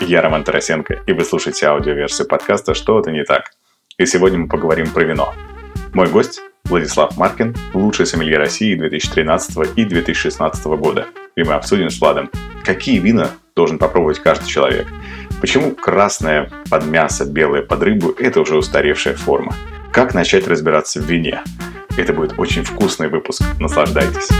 Я Роман Тарасенко, и вы слушаете аудиоверсию подкаста «Что-то не так». И сегодня мы поговорим про вино. Мой гость – Владислав Маркин, лучший сомелье России 2013 и 2016 года. И мы обсудим с Владом, какие вина должен попробовать каждый человек. Почему красное под мясо, белое под рыбу – это уже устаревшая форма. Как начать разбираться в вине. Это будет очень вкусный выпуск. Наслаждайтесь.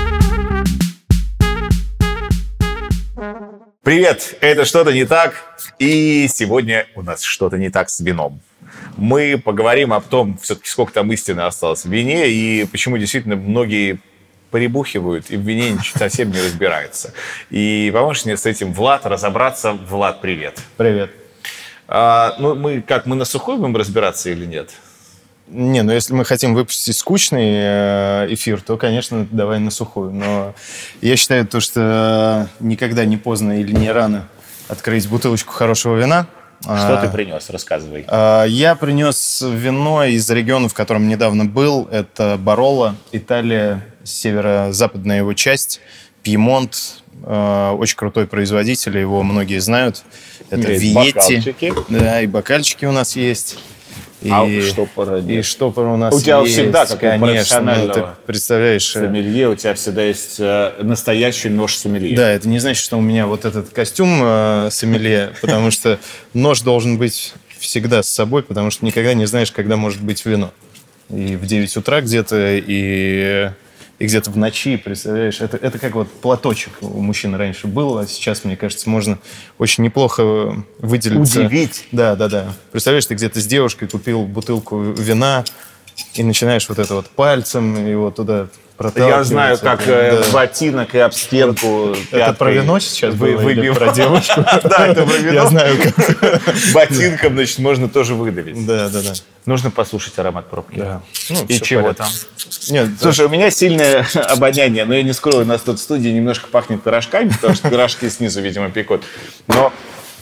Привет, это «Что-то не так», и сегодня у нас что-то не так с вином. Мы поговорим о том, все-таки сколько там истины осталось в вине, и почему действительно многие прибухивают и в вине совсем не разбираются. И поможешь мне с этим Влад разобраться. Влад, привет. Привет. Мы на сухой будем разбираться или нет? Не, если мы хотим выпустить скучный эфир, то, конечно, давай на сухую. Но я считаю, что никогда не поздно или не рано открыть бутылочку хорошего вина. Что ты принес? Рассказывай. Я принес вино из региона, в котором недавно был. Это Бароло, Италия, северо-западная его часть, Пьемонт. Очень крутой производитель, его многие знают. Это Виетти. Да, и бокальчики у нас есть. И штопор у нас есть. У тебя всегда, как у профессионального ты представляешь, сомелье, у тебя всегда есть настоящий нож сомелье. Да, это не значит, что у меня вот этот костюм сомелье, потому что нож должен быть всегда с собой, потому что никогда не знаешь, когда может быть вино. И в 9 утра где-то, и где-то в ночи, представляешь, это как вот платочек у мужчин раньше был, а сейчас, мне кажется, можно очень неплохо выделиться. Удивить. Да. Представляешь, ты где-то с девушкой купил бутылку вина и начинаешь вот это вот пальцем его туда проталкивать. Я знаю, как ботинок и об стенку пяткой. Это про вино сейчас было или про девушку? Да, это про вино. Я знаю, как. Ботинком, значит, можно тоже выдавить. Да. Нужно послушать аромат пробки. Да. И чего там? Нет, слушай, у меня сильное обоняние, но я не скрою, у нас тут в студии немножко пахнет пирожками, потому что пирожки снизу, видимо, пекут. Но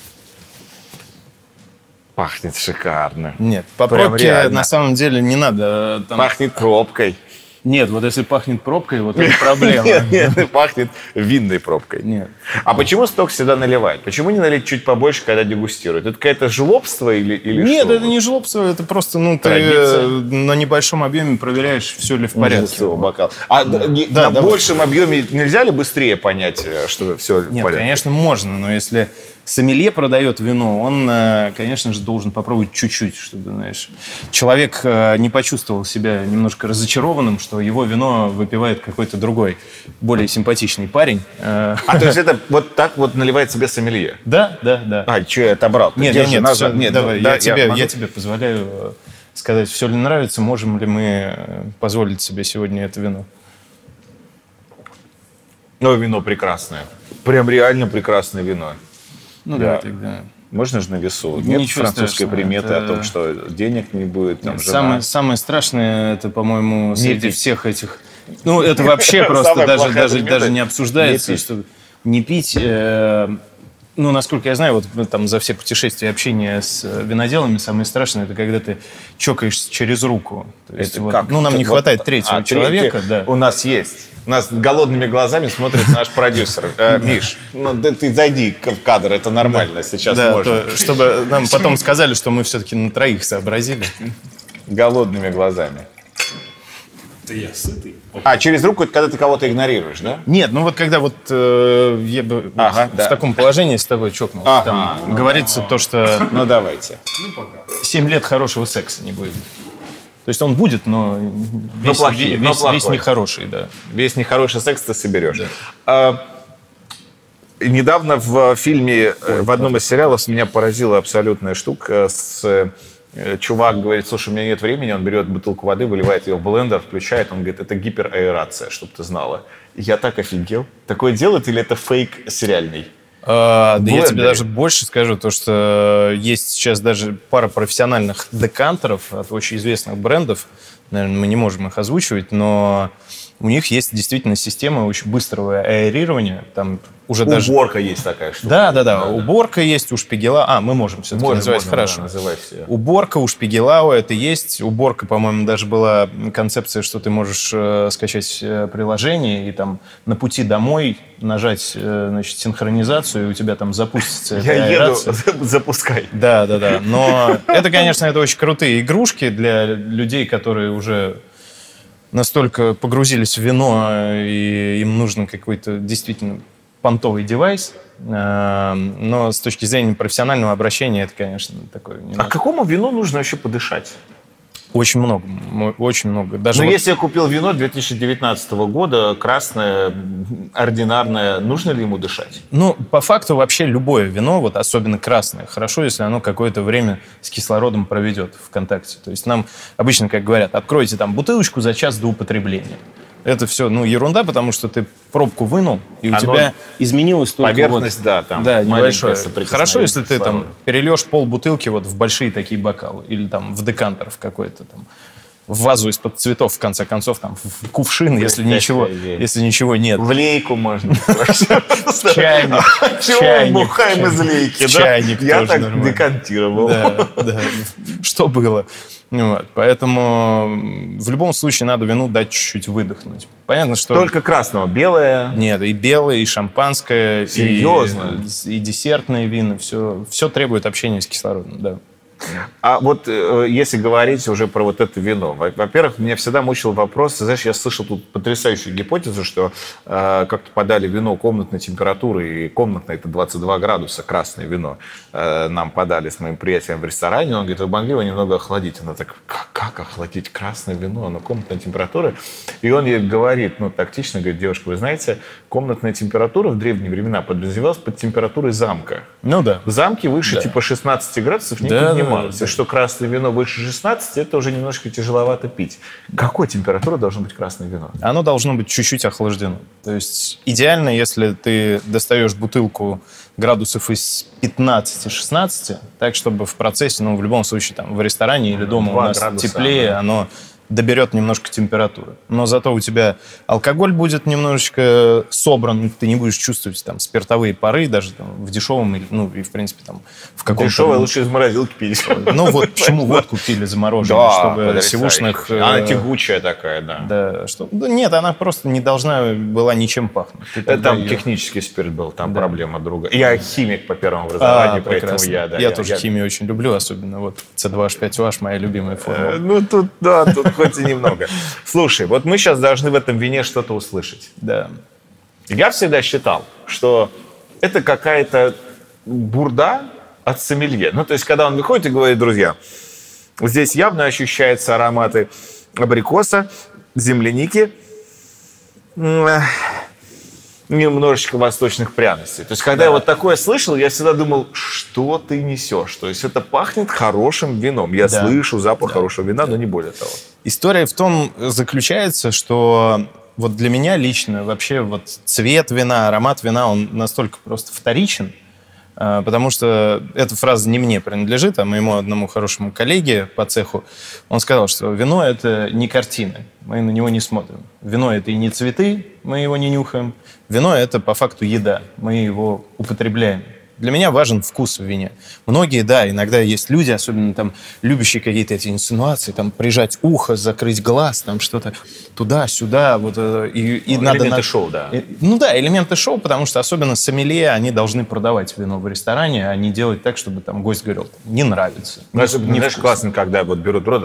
пахнет шикарно. Нет, по пробке на самом деле не надо. Пахнет пробкой. Нет, вот если пахнет пробкой, вот это проблема. Нет, пахнет винной пробкой. Нет. А почему столько всегда наливают? Почему не налить чуть побольше, когда дегустируют? Это какое-то жлобство или Нет, что? это не жлобство, это просто, ты на небольшом объеме проверяешь, все ли в порядке. Бокал. А на большем объеме нельзя ли быстрее понять, что все в порядке? Нет, конечно, можно, но если сомелье продает вино, он, конечно же, должен попробовать чуть-чуть, чтобы, знаешь, человек не почувствовал себя немножко разочарованным, что его вино выпивает какой-то другой, более симпатичный парень. То есть это вот так вот наливает себе сомелье? Да. Что я отобрал? Нет, давай, я тебе позволяю сказать, все ли нравится, можем ли мы позволить себе сегодня это вино. Вино прекрасное. Прям реально прекрасное вино. Давай тогда. Можно же на весу? Нет французской приметы о том, что денег не будет, там, жена. Самое страшное, это, по-моему, среди всех этих... это вообще просто даже не обсуждается. Что не пить. Насколько я знаю, вот там за все путешествия и общение с виноделами самое страшное, это когда ты чокаешься через руку. То есть, нам не хватает третьего человека. Да. У нас есть. У нас голодными глазами смотрит наш продюсер. Миш, ты зайди в кадр, это нормально, сейчас можно. Чтобы нам потом сказали, что мы все-таки на троих сообразили. Голодными глазами. Да я сытый. Через руку это когда ты кого-то игнорируешь, да? Нет, когда я бы в таком положении с тобой чокнулся. Там говорится то, что... давайте. 7 лет хорошего секса не будет. То есть он будет, но весь нехороший, да. Весь нехороший секс ты соберешь. Да. Недавно в фильме, в одном из сериалов меня поразила абсолютная штука. Чувак говорит, слушай, у меня нет времени, он берет бутылку воды, выливает ее в блендер, включает, он говорит, это гипераэрация, чтобы ты знала. Я так офигел. Такое делают или это фейк сериальный? Я тебе даже больше скажу, то что есть сейчас даже пара профессиональных декантеров от очень известных брендов, наверное, мы не можем их озвучивать, но У них есть действительно система очень быстрого аэрирования. Там уже даже... Уборка есть такая штука. Да. Уборка есть у Шпигелау. Мы можем все-таки называть хорошо. Да, называть все. Уборка у Шпигелау это есть. Уборка, по-моему, даже была концепция, что ты можешь скачать приложение и там на пути домой нажать, значит, синхронизацию, и у тебя там запустится эта аэрация. Еду, запускай. Да. Но это, конечно, это очень крутые игрушки для людей, которые уже настолько погрузились в вино, и им нужен какой-то действительно понтовый девайс. Но с точки зрения профессионального обращения это, конечно, такое... А какому вину нужно вообще подышать? Очень много, очень много. Даже если я купил вино 2019 года, красное, ординарное, нужно ли ему дышать? По факту вообще любое вино, вот особенно красное, хорошо, если оно какое-то время с кислородом проведет в контакте. То есть нам обычно, как говорят, откройте там бутылочку за час до употребления. Это все, ерунда, потому что ты пробку вынул, и у тебя изменилась только поверхность, там небольшое. Хорошо, если ты там перельешь полбутылки вот в большие такие бокалы, или там в декантер в какой-то там, в вазу из-под цветов, в конце концов, там, в кувшин, если ничего нет. В лейку можно. Чайник. Чего бухаем из лейки, да? Чайник я так нормально. декантировал. Да. Что было? Поэтому в любом случае надо вину дать чуть-чуть выдохнуть. Понятно, что... Только красного, белое? Нет, и белое, и шампанское, серьезно? И десертные вина. Все требует общения с кислородом, да. А вот если говорить уже про вот это вино, во-первых, меня всегда мучил вопрос, знаешь, я слышал тут потрясающую гипотезу, что как-то подали вино комнатной температуры, и комнатное это 22 градуса, красное вино нам подали с моим приятелем в ресторане, он говорит, вы могли его немного охладить? Она так, как охладить красное вино, оно комнатной температуры? И он ей говорит, тактично, говорит, девушка, вы знаете, комнатная температура в древние времена подразумевалась под температурой замка. Да. В замке выше типа 16 градусов не поднималось. И что красное вино выше 16, это уже немножко тяжеловато пить. Какой температуры должно быть красное вино? Оно должно быть чуть-чуть охлаждено. То есть идеально, если ты достаешь бутылку градусов из 15-16, так, чтобы в процессе, в любом случае, там, в ресторане или дома у нас теплее, оно доберет немножко температуры. Но зато у тебя алкоголь будет немножечко собран, ты не будешь чувствовать там спиртовые пары, даже там, в дешевом, и в принципе там в каком-то... Дешевое лучше из морозилки пить. Почему водку пили замороженную, чтобы сивушных... Она тягучая такая, да. Да, нет, она просто не должна была ничем пахнуть. Там технический спирт был, там проблема друга. Я химик по первому образованию, поэтому я тоже химию очень люблю, особенно вот C2H5OH, моя любимая формула. Тут хоть и немного. Слушай, вот мы сейчас должны в этом вине что-то услышать. Да. Я всегда считал, что это какая-то бурда от сомелье. То есть, когда он выходит и говорит, друзья, здесь явно ощущаются ароматы абрикоса, земляники, немножечко восточных пряностей. То есть, когда я вот такое слышал, я всегда думал, что ты несешь? То есть, это пахнет хорошим вином. Я слышу запах хорошего вина, но не более того. История в том заключается, что вот для меня лично вообще вот цвет вина, аромат вина, он настолько просто вторичен, потому что эта фраза не мне принадлежит, а моему одному хорошему коллеге по цеху. Он сказал, что вино — это не картины, мы на него не смотрим. Вино — это и не цветы, мы его не нюхаем. Вино — это по факту еда, мы его употребляем. Для меня важен вкус в вине. Многие, иногда есть люди, особенно там любящие какие-то эти инсинуации, там прижать ухо, закрыть глаз, там что-то туда-сюда. Вот, и надо элементы шоу, да. Элементы шоу, потому что особенно сомелье, они должны продавать вино в ресторане, а не делать так, чтобы там гость говорил, не нравится. Знаешь, классно, когда вот берут в рот,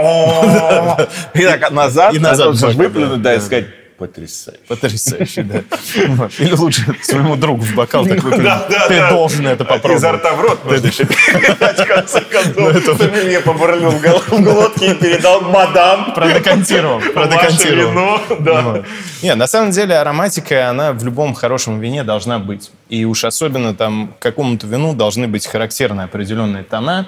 и так назад, выплюнуть, и сказать, потрясающе. Потрясающе, да. Или лучше своему другу в бокал так выплюнуть. Ты должен это попробовать. Изо рта в рот можно еще передать, в конце концов. Фамилье побурлил в глотке и передал мадам. Продекантировал. Ваше вино, да. Нет, на самом деле ароматика, она в любом хорошем вине должна быть. И уж особенно там к какому-то вину должны быть характерны определенные тона.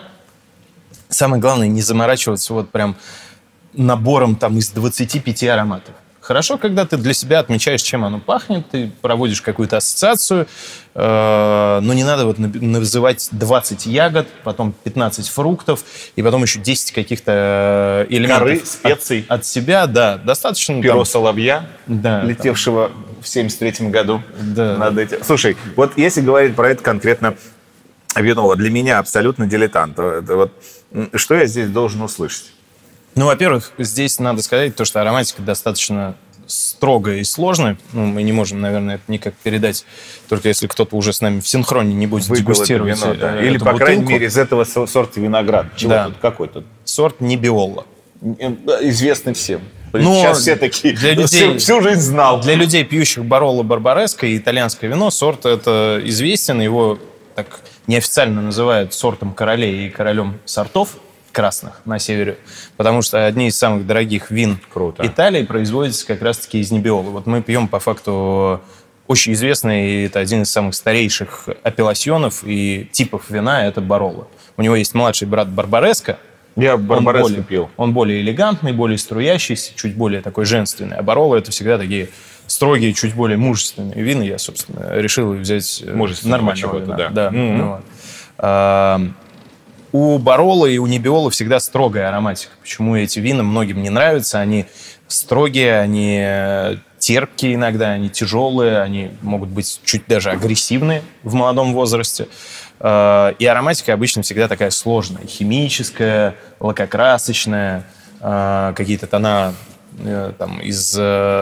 Самое главное, не заморачиваться вот прям набором там из 25 ароматов. Хорошо, когда ты для себя отмечаешь, чем оно пахнет, ты проводишь какую-то ассоциацию, но не надо вот называть 20 ягод, потом 15 фруктов, и потом еще 10 каких-то элементов. Коры, специй. От себя, да. Достаточно... Перо соловья, да, летевшего в 73-м году. Да. Над этим. Слушай, вот если говорить про это конкретно вино, вот для меня абсолютно дилетант. Вот, что я здесь должен услышать? Ну, во-первых, здесь надо сказать то, что ароматика достаточно строгая и сложная. Ну, мы не можем, наверное, это никак передать, только если кто-то уже с нами в синхроне не будет Выпил это дегустировать вино, да. эту Или, по крайней бутылку. мере, из этого сорта винограда. Чего Да. тут? Какой тут? Сорт Небиоло. Известный всем. Но Сейчас все такие, для людей- всю жизнь знал. Для людей, пьющих Бароло Барбареско и итальянское вино, сорт это известен. Его так неофициально называют сортом королей и королем сортов красных на севере, потому что одни из самых дорогих вин Круто. Италии производятся как раз-таки из Небиоло. Вот мы пьем по факту очень известный, и это один из самых старейших апелласьонов и типов вина, это Бароло. У него есть младший брат Барбареско. Я Он Барбареско более- пил. Он более элегантный, более струящийся, чуть более такой женственный. А Бароло — это всегда такие строгие, чуть более мужественные вины. Я, собственно, решил взять Мужественного нормального чего-то, вина. да. Мгм. Ну вот. У Бароло и у Небиоло всегда строгая ароматика. Почему эти вина многим не нравятся? Они строгие, они терпкие иногда, они тяжелые, они могут быть чуть даже агрессивные в молодом возрасте. И ароматика обычно всегда такая сложная. Химическая, лакокрасочная, какие-то тона там, из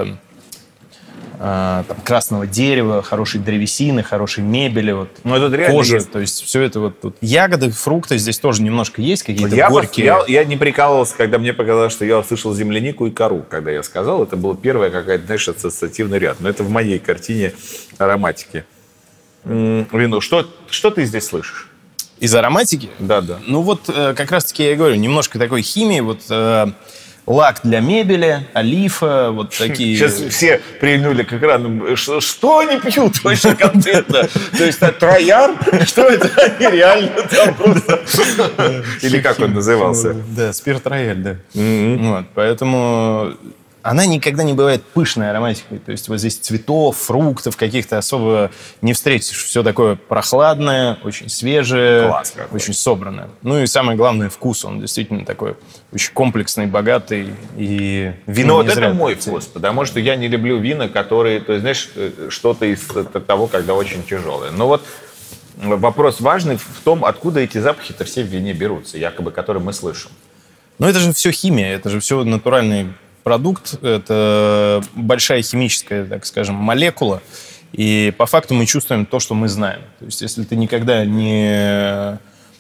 там, красного дерева, хорошей древесины, хорошей мебели, вот, Ну, это реально кожи. есть. То есть все это вот тут. Ягоды, фрукты здесь тоже немножко есть, какие-то Я горькие. не прикалывался, когда мне показалось, что я услышал землянику и кору, когда я сказал. Это был первый какая-то, знаешь, ассоциативный ряд. Но это в моей картине ароматики. Вино. Что ты здесь слышишь? Из ароматики? Да. Ну вот как раз-таки я и говорю, немножко такой химии, вот лак для мебели, олифа, вот такие... Сейчас все прильнули к экрану. Что они пьют вообще конкретно? То есть трояр? Что это? Они реально там просто... Или как он назывался? Да, спирт-рояль, да. Вот, поэтому она никогда не бывает пышной ароматикой. То есть вот здесь цветов, фруктов каких-то особо не встретишь. Все такое прохладное, очень свежее, Класс какой. очень собранное. Ну и самое главное, вкус. Он действительно такой очень комплексный, богатый. И вино Ну вот не зря это мой так вкус, потому что я не люблю вина, которые, то есть, знаешь, что-то из того, когда очень тяжелое. Но вот вопрос важный в том, откуда эти запахи-то все в вине берутся, якобы, которые мы слышим. Но это же все химия, это же все натуральный продукт, это большая химическая, так скажем, молекула, и по факту мы чувствуем то, что мы знаем. То есть если ты никогда не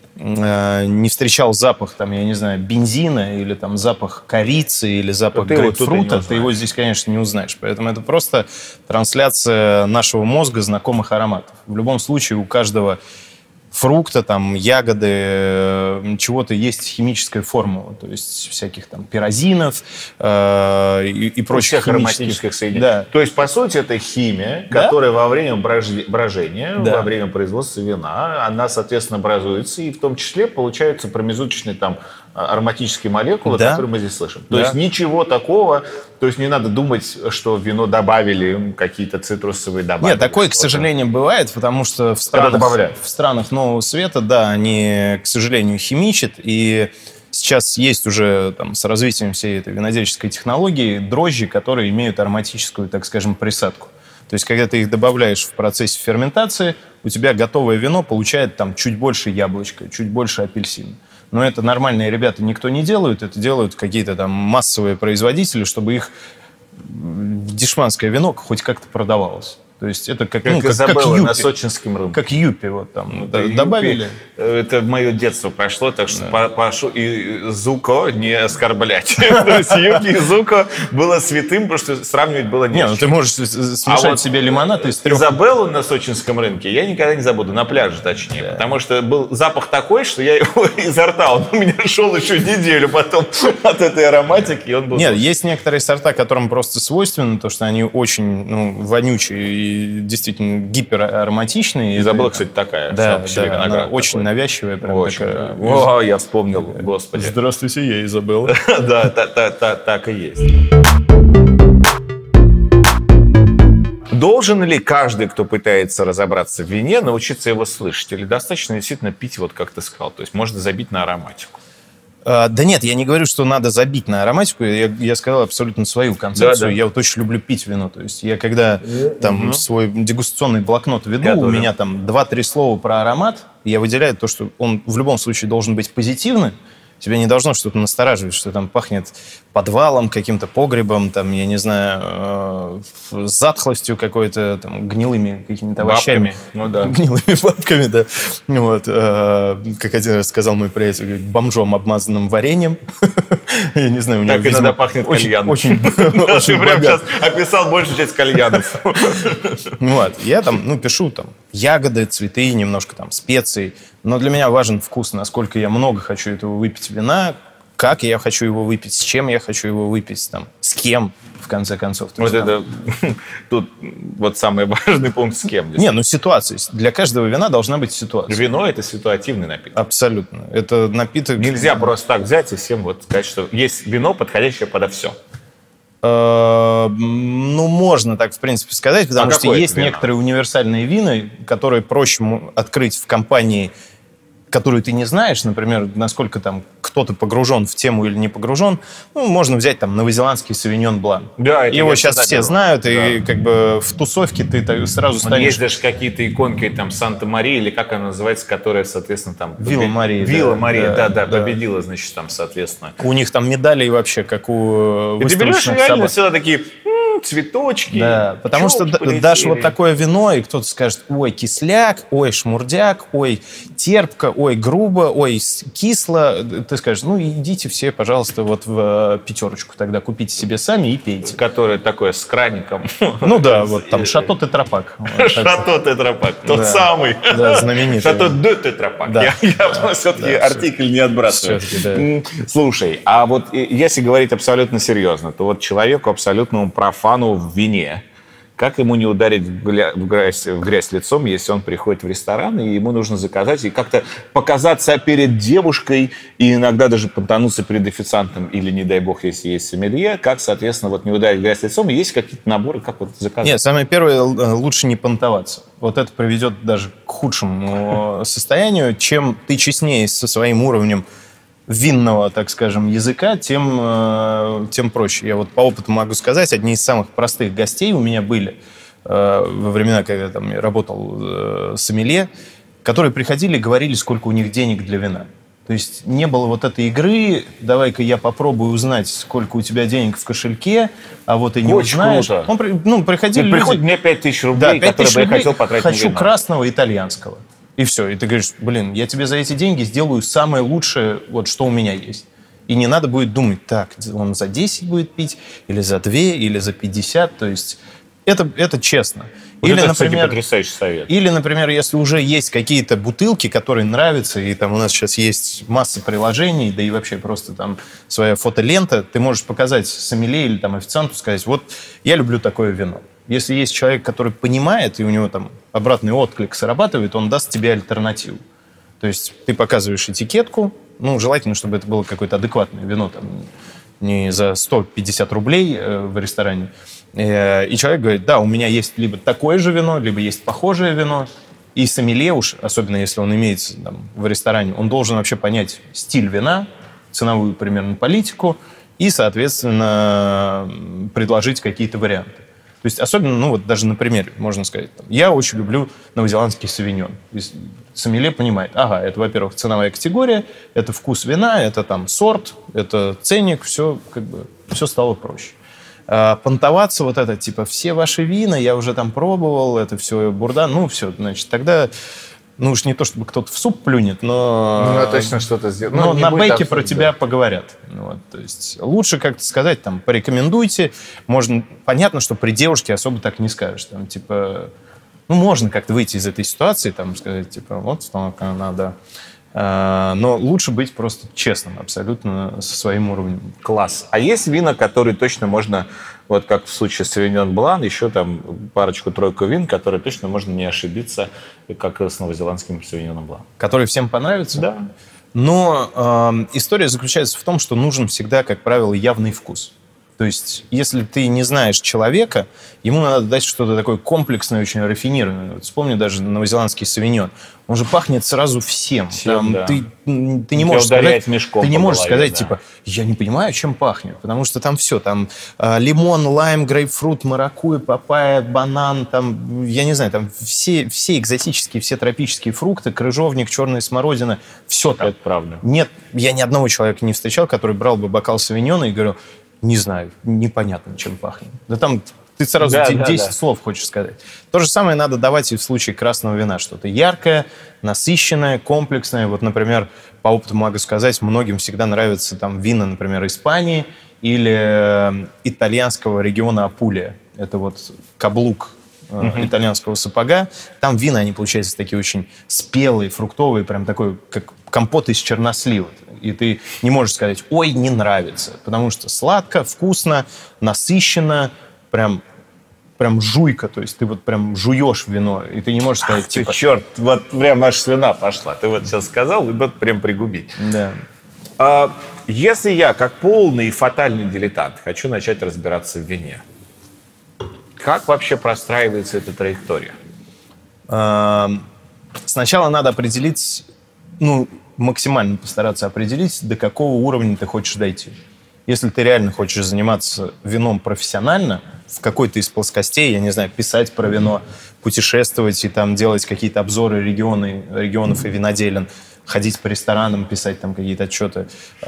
встречал запах, там, я не знаю, бензина, или там запах корицы, или запах ты его тут и не грейпфрута, узнаешь. ты его здесь, конечно, не узнаешь. Поэтому это просто трансляция нашего мозга знакомых ароматов. В любом случае у каждого фрукта, там, ягоды, чего-то есть химическая формула, то есть всяких там пирозинов и прочих Всех ароматических соединений. Да. То есть, по сути, это химия, Да. которая во время брожения, Да. во время производства вина, она, соответственно, образуется, и в том числе получаются промежуточные там ароматические молекулы, Да. которые мы здесь слышим. То Да. есть ничего такого, то есть не надо думать, что в вино добавили какие-то цитрусовые добавки. Нет, такое, к сожалению, бывает, потому что в добавляют. странах Нового Света, да, они, к сожалению, химичат, и сейчас есть уже там, с развитием всей этой винодельческой технологии дрожжи, которые имеют ароматическую, так скажем, присадку. То есть, когда ты их добавляешь в процессе ферментации, у тебя готовое вино получает там чуть больше яблочка, чуть больше апельсина. Но это нормальные ребята никто не делают, это делают какие-то там массовые производители, чтобы их дешманское вино хоть как-то продавалось. То есть это как Изабелла юпи. на сочинском рынке. Как юпи вот там Юпи, добавили. Это мое детство прошло, так что прошу и Зуко не оскорблять. То есть юпи и Зуко было святым, потому что сравнивать было не Не, с ну чем. ты можешь смешать вот себе лимонад из 3. Изабеллу на сочинском рынке я никогда не забуду, на пляже точнее, потому что был запах такой, что я его изо рта, он у меня шел еще неделю потом от этой ароматики, и он был... Нет, есть некоторые сорта, которым просто свойственно, то, что они очень вонючие и действительно гиперароматичные. Изабелла, кстати, такая. Да, сам по себе да, виноград она такой. очень навязчивая. Прям Очень. такая. О, я вспомнил, господи. Здравствуйте, я Изабелла. Да, так и есть. должен ли каждый, кто пытается разобраться в вине, научиться его слышать? Или достаточно действительно пить, вот как ты сказал? То есть можно забить на ароматику. Да нет, я не говорю, что надо забить на ароматику. Я сказал абсолютно свою концепцию. Да. Я вот очень люблю пить вино. То есть я когда там свой дегустационный блокнот веду, Я у тоже. меня там 2-3 слова про аромат, я выделяю то, что он в любом случае должен быть позитивным. Тебя не должно что-то настораживать, что там пахнет подвалом, каким-то погребом, там, я не знаю, затхлостью какой-то, там, гнилыми какими-то овощами. Ну да. Гнилыми бабками, да. Вот. Как один раз сказал мой приятель, говорит, бомжом, обмазанным вареньем. Я не знаю, у него, Так иногда пахнет кальяном. Очень Ты прям богат. сейчас описал большую часть кальянов. Вот. Я там, пишу там ягоды, цветы, немножко там специй. Но для меня важен вкус, насколько я много хочу этого выпить вина, как я хочу его выпить, с чем я хочу его выпить, там, с кем, в конце концов. То Вот есть, это тут вот самый важный пункт с кем. Не, ситуация. Для каждого вина должна быть ситуация. Вино — это ситуативный напиток. Абсолютно. Это напиток... Нельзя просто так взять и всем вот сказать, что есть вино, подходящее подо все. Можно так, в принципе, сказать, потому что какое есть это вино? некоторые универсальные вина, которые проще открыть в компании, которую ты не знаешь, например, насколько там кто-то погружен в тему или не погружен. Можно взять там новозеландский Савиньон Блан. Да, это Его я сейчас всегда все беру. знают, Да. и как бы в тусовке ты сразу Есть станешь... даже какие-то иконки, там, Санта-Мария, или как она называется, которая, соответственно, там... Вилла Мария, да. Вилла Мария, Да, да, да. победила, значит, там, соответственно. У них там медалей вообще, как у И ты берешь выставочных реально собак. всегда такие цветочки. Да, потому что чёрт дашь полетели. вот такое вино, и кто-то скажет, ой, кисляк, ой, шмурдяк, ой, терпко, ой, грубо, ой, кисло. Ты скажешь, идите все, пожалуйста, вот в пятерочку тогда купите себе сами и пейте. Которое такое с краником. Ну да, вот там Шато Тетрапак. Вот, так что- Шато Тетрапак, тот Да. самый. Да, знаменитый. Шато де Тетрапак. Да. Я все-таки Да, артикль не отбрасываю. Всё-таки, да. Слушай, а вот если говорить абсолютно серьезно, то вот человеку абсолютному профану в вине, как ему не ударить в грязь лицом, если он приходит в ресторан, и ему нужно заказать, и как-то показаться перед девушкой, и иногда даже понтануться перед официантом, или, не дай бог, если есть сомелье, как, соответственно, вот не ударить в грязь лицом, и есть какие-то наборы, как вот заказать? Нет, самое первое, лучше не понтоваться. Вот это приведет даже к худшему состоянию. Чем ты честнее со своим уровнем винного, так скажем, языка, тем проще. Я вот по опыту могу сказать, одни из самых простых гостей у меня были во времена, когда я там работал сомелье, которые приходили и говорили, сколько у них денег для вина. То есть не было вот этой игры, давай-ка я попробую узнать, сколько у тебя денег в кошельке, а вот и не Очень узнаешь. круто. Приходили люди, Приходит мне 5000 рублей, да, 5 которые тысяч бы я рублей, хотел потратить на хочу вино. красного итальянского. И все. И ты говоришь, я тебе за эти деньги сделаю самое лучшее, вот что у меня есть. И не надо будет думать, так, он за 10 будет пить, или за 2, или за 50. То есть это честно. Вот Или, это, кстати, например, потрясающий совет. или, например, если уже есть какие-то бутылки, которые нравятся, и там у нас сейчас есть масса приложений, да и вообще просто там своя фотолента, ты можешь показать сомелье или там официанту, сказать, вот я люблю такое вино. Если есть человек, который понимает, и у него там обратный отклик срабатывает, он даст тебе альтернативу. То есть ты показываешь этикетку, желательно, чтобы это было какое-то адекватное вино, там, не за 150 рублей в ресторане. И человек говорит, да, у меня есть либо такое же вино, либо есть похожее вино. И сомелье уж, особенно если он имеется там, в ресторане, он должен вообще понять стиль вина, ценовую примерно политику и, соответственно, предложить какие-то варианты. То есть особенно, даже на примере можно сказать, я очень люблю новозеландский савиньон. Сомелье понимает, это, во-первых, ценовая категория, это вкус вина, это там сорт, это ценник, все стало проще. Понтоваться все ваши вина, я уже там пробовал, это все бурда, все, значит, тогда, уж не то, чтобы кто-то в суп плюнет, но... точно что-то сделать. Но на бейке про тебя поговорят. То есть лучше как-то сказать, порекомендуйте. Понятно, что при девушке особо так не скажешь. Можно как-то выйти из этой ситуации, сказать, вот столько надо. Но лучше быть просто честным абсолютно со своим уровнем. Класс. А есть вина, которые точно можно, вот как в случае с Савиньон Блан, еще там парочку-тройку вин, которые точно можно не ошибиться, как с новозеландским Савиньоном Блан? Которые всем понравятся? Да. Но история заключается в том, что нужен всегда, как правило, явный вкус. То есть, если ты не знаешь человека, ему надо дать что-то такое комплексное, очень рафинированное. Вот вспомни даже новозеландский савиньон. Он же пахнет сразу всем. Там, да. ты не можешь сказать, мешком ты не по можешь голове, сказать, да. типа, я не понимаю, чем пахнет. Потому что там все. Там лимон, лайм, грейпфрут, маракуйя, папайя, банан. Там, я не знаю, там все экзотические, все тропические фрукты, крыжовник, черная смородина. Все там. Это правда. Нет, я ни одного человека не встречал, который брал бы бокал савиньона и говорил, не знаю, непонятно, чем пахнет. Да там ты сразу 10 слов хочешь сказать. То же самое надо давать и в случае красного вина. Что-то яркое, насыщенное, комплексное. Вот, например, по опыту могу сказать, многим всегда нравятся там вина, например, Испании или итальянского региона Апулия. Это вот каблук итальянского сапога. Там вина, они, получаются, такие очень спелые, фруктовые, прям такой, как компот из чернослива. И ты не можешь сказать, ой, не нравится. Потому что сладко, вкусно, насыщенно, прям жуйка. То есть ты вот прям жуешь вино. И ты не можешь сказать, типа... черт, вот прям аж слюна пошла. Ты вот сейчас сказал, и вот прям пригубить. Да. Если я, как полный и фатальный дилетант, хочу начать разбираться в вине, как вообще простраивается эта траектория? Сначала надо определить, максимально постараться определить, до какого уровня ты хочешь дойти. Если ты реально хочешь заниматься вином профессионально, в какой-то из плоскостей, я не знаю, писать про вино, путешествовать и там делать какие-то обзоры регионов и виноделин, ходить по ресторанам, писать там какие-то отчеты,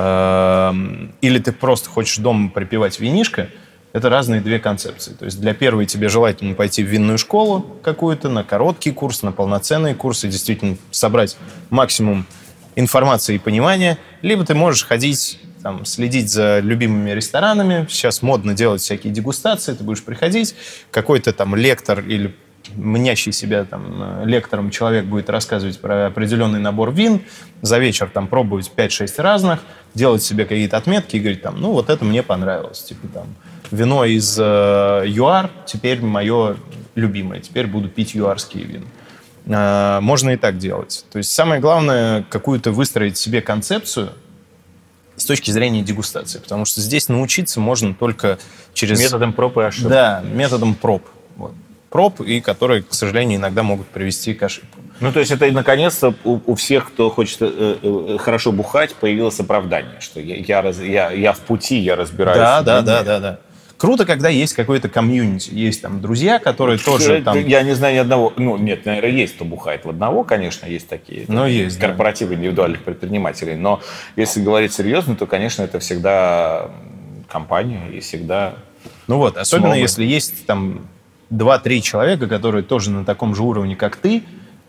или ты просто хочешь дома припевать винишко, это разные две концепции. То есть для первой тебе желательно пойти в винную школу какую-то, на короткий курс, на полноценный курс и действительно собрать максимум информации и понимания. Либо ты можешь ходить, там, следить за любимыми ресторанами. Сейчас модно делать всякие дегустации. Ты будешь приходить, какой-то там лектор или мнящий себя там лектором человек будет рассказывать про определенный набор вин, за вечер там пробовать 5-6 разных, делать себе какие-то отметки и говорить там, вот это мне понравилось. Типа там вино из ЮАР теперь мое любимое, теперь буду пить юарские вина. Можно и так делать. То есть самое главное какую-то выстроить себе концепцию с точки зрения дегустации, потому что здесь научиться можно только через... Методом проб и ошибок. Да, методом проб. Вот. Проб, и которые, к сожалению, иногда могут привести к ошибкам. То есть это наконец-то у всех, кто хочет хорошо бухать, появилось оправдание, что я в пути, я разбираюсь. Да. Круто, когда есть какой-то комьюнити, есть там друзья, которые тоже там... Я не знаю ни одного... нет, наверное, есть, кто бухает в одного, конечно, есть такие есть, корпоративы индивидуальных предпринимателей, но если говорить серьезно, то, конечно, это всегда компания и всегда... особенно если есть там 2-3 человека, которые тоже на таком же уровне, как ты,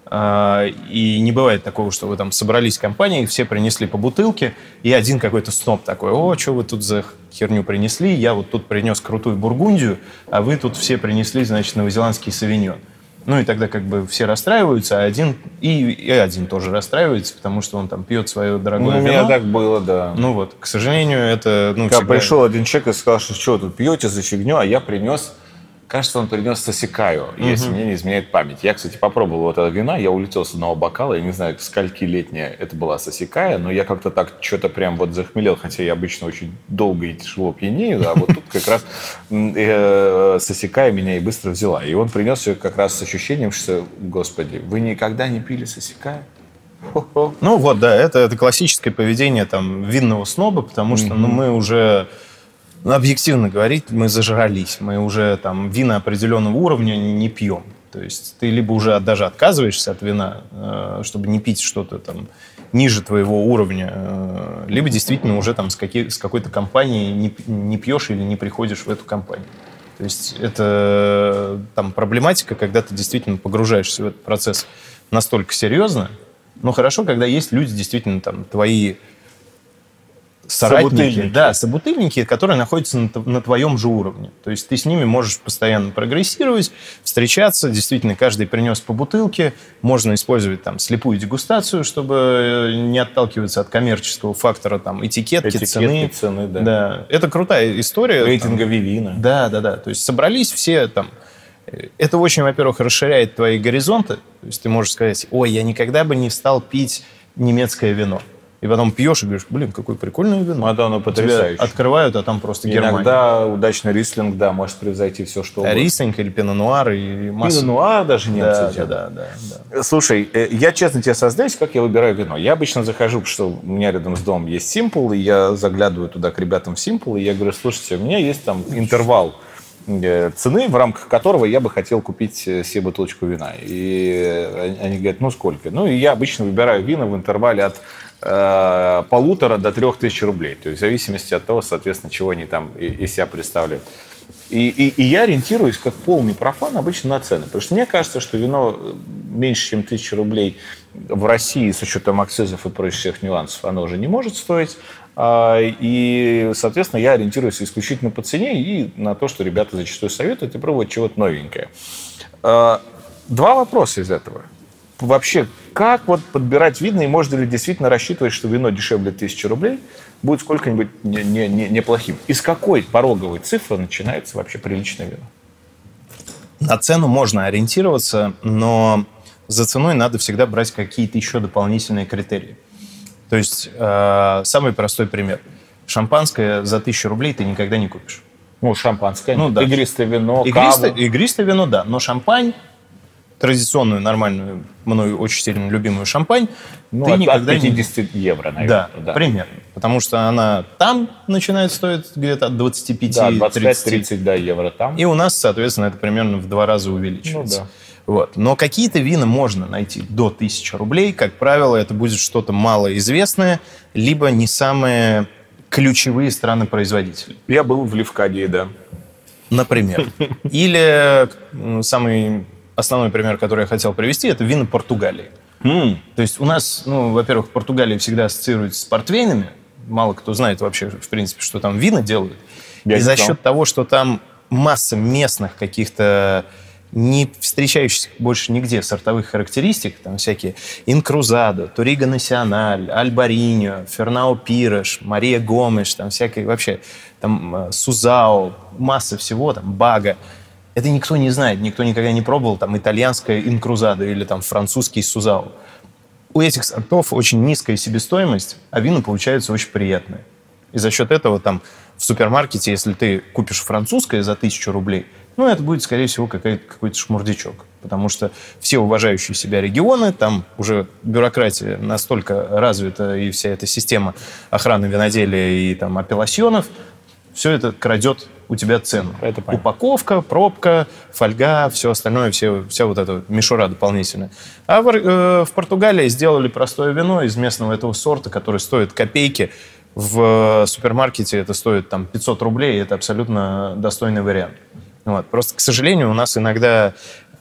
и не бывает такого, что вы там собрались в компании, все принесли по бутылке, и один какой-то сноб такой, что вы тут за херню принесли, я вот тут принес крутую бургундию, а вы тут все принесли, значит, новозеландский савиньон. И тогда как бы все расстраиваются, а один тоже расстраивается, потому что он там пьет свое дорогое вино. У меня так было, да. К сожалению, это... Когда пришел один человек и сказал, что вы тут пьете за фигню, а я принес... Кажется, он принес сосикаю, если мне не изменяет память. Я, кстати, попробовал вот это вина, я улетел с одного бокала, я не знаю, скольки летняя это была сосикая, но я как-то так что-то прям вот захмелел, хотя я обычно очень долго и тяжело пьянею, а вот тут как раз сосикая меня и быстро взяла. И он принес ее как раз с ощущением, что, господи, вы никогда не пили сосикаю? Это классическое поведение там винного сноба, потому что мы уже... объективно говорить, мы зажрались, мы уже там вина определенного уровня не пьем. То есть ты либо уже даже отказываешься от вина, чтобы не пить что-то там ниже твоего уровня, либо действительно уже там с какой-то компанией не пьешь или не приходишь в эту компанию. То есть это там проблематика, когда ты действительно погружаешься в этот процесс настолько серьезно. Но хорошо, когда есть люди действительно там твои соратники, собутыльники, которые находятся на твоем же уровне. То есть ты с ними можешь постоянно прогрессировать, встречаться. Действительно, каждый принес по бутылке. Можно использовать там слепую дегустацию, чтобы не отталкиваться от коммерческого фактора, там, этикетки, цены. Да. Это крутая история. Рейтинговые вина. Да. То есть собрались все там. Это очень, во-первых, расширяет твои горизонты. То есть ты можешь сказать, я никогда бы не стал пить немецкое вино. и потом пьешь и говоришь, блин, какое прикольное вино. А то оно Тебя потрясающе. открывают, а там просто Германия. Иногда удачный рислинг, да, может превзойти все, что угодно. Рислинг или пино-нуар, и масса... Пино-нуар даже немцы Да, делают. да. Слушай, я честно тебе сознаюсь, как я выбираю вино. Я обычно захожу, потому что у меня рядом с домом есть Simple, и я заглядываю туда к ребятам в Simple, и я говорю, слушайте, у меня есть там интервал цены, в рамках которого я бы хотел купить себе бутылочку вина. И они говорят, ну сколько? Ну и я обычно выбираю вина в интервале от 1500 до 3000 рублей. То есть в зависимости от того, соответственно, чего они там из себя представляют. И я ориентируюсь, как полный профан, обычно на цены. Потому что мне кажется, что вино меньше, чем 1000 рублей в России, с учетом акцизов и прочих всех нюансов, оно уже не может стоить. И, соответственно, я ориентируюсь исключительно по цене и на то, что ребята зачастую советуют и пробуют чего-то новенькое. Два вопроса из этого. Вообще, как вот подбирать вина, и можно ли действительно рассчитывать, что вино дешевле 1000 рублей будет сколько-нибудь неплохим? Из какой пороговой цифры начинается вообще приличное вино? На цену можно ориентироваться, но за ценой надо всегда брать какие-то еще дополнительные критерии. То есть самый простой пример. Шампанское за 1000 рублей ты никогда не купишь. Ну, шампанское, да. игристое вино, каву. Игристое вино, да. Но шампань, традиционную, нормальную, мною очень сильно любимую шампань, ты никогда от 50 евро, наверное. Да, примерно. Потому что она там начинает стоить где-то от 25-30. Да, 25-30 евро там. И у нас, соответственно, это примерно в 2 раза увеличивается. Ну, да. Вот. Но какие-то вина можно найти до 1000 рублей. Как правило, это будет что-то малоизвестное, либо не самые ключевые страны-производители. Я был в Левкадии, да. Например. Или самый основной пример, который я хотел привести, это вина Португалии. То есть у нас, во-первых, Португалия всегда ассоциируется с портвейнами. Мало кто знает вообще, в принципе, что там вина делают. И за счет того, что там масса местных каких-то не встречающихся больше нигде сортовых характеристик, там всякие Инкрузадо, Туриго Националь, Альбариньо, Фернау Пиреш, Мария Гомеш, там всякие вообще, там Сузао, масса всего, там Бага. Это никто не знает, никто никогда не пробовал там итальянское Инкрузадо или там французский Сузао. У этих сортов очень низкая себестоимость, а вина получаются очень приятные. И за счет этого там в супермаркете, если ты купишь французское за 1000 рублей, это будет, скорее всего, какой-то шмурдячок. Потому что все уважающие себя регионы, там уже бюрократия настолько развита, и вся эта система охраны виноделия и там апелласьонов, все это крадет у тебя цену. Это понятно. Упаковка, пробка, фольга, все остальное, вся вот эта мишура дополнительная. А в Португалии сделали простое вино из местного этого сорта, который стоит копейки. В супермаркете это стоит там 500 рублей, и это абсолютно достойный вариант. Вот. Просто, к сожалению, у нас иногда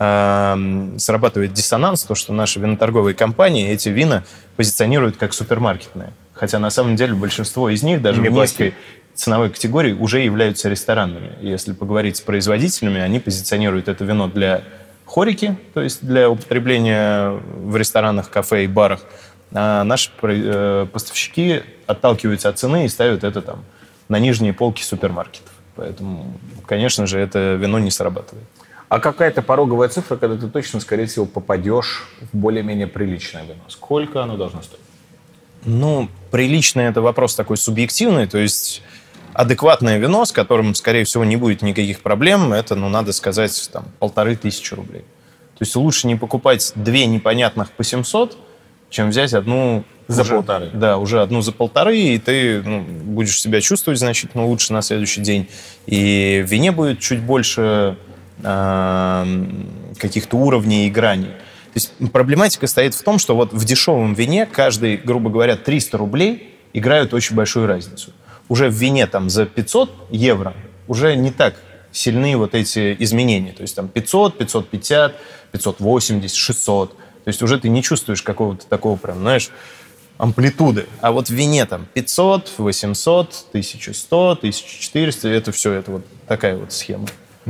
срабатывает диссонанс, то, что наши виноторговые компании эти вина позиционируют как супермаркетные. Хотя на самом деле большинство из них даже в низкой ценовой категории уже являются ресторанными. Если поговорить с производителями, они позиционируют это вино для хорики, то есть для употребления в ресторанах, кафе и барах. А наши поставщики отталкиваются от цены и ставят это там на нижние полки супермаркетов. Поэтому, конечно же, это вино не срабатывает. А какая-то пороговая цифра, когда ты точно, скорее всего, попадешь в более-менее приличное вино? Сколько оно должно стоить? Приличное – это вопрос такой субъективный, то есть адекватное вино, с которым, скорее всего, не будет никаких проблем, это, надо сказать, там, 1500 рублей. То есть лучше не покупать 2 непонятных по 700, чем взять одну за 1500. Да, уже одну за 1500, и ты будешь себя чувствовать значительно лучше на следующий день. И в вине будет чуть больше каких-то уровней и граней. То есть проблематика стоит в том, что вот в дешевом вине каждый, грубо говоря, 300 рублей играют очень большую разницу. Уже в вине там за 500 евро уже не так сильны вот эти изменения. То есть там 500, 550, 580, 600. То есть уже ты не чувствуешь какого-то такого прям, знаешь, амплитуды. А вот в вине там 500, 800, 1100, 1400, это все, это вот такая вот схема.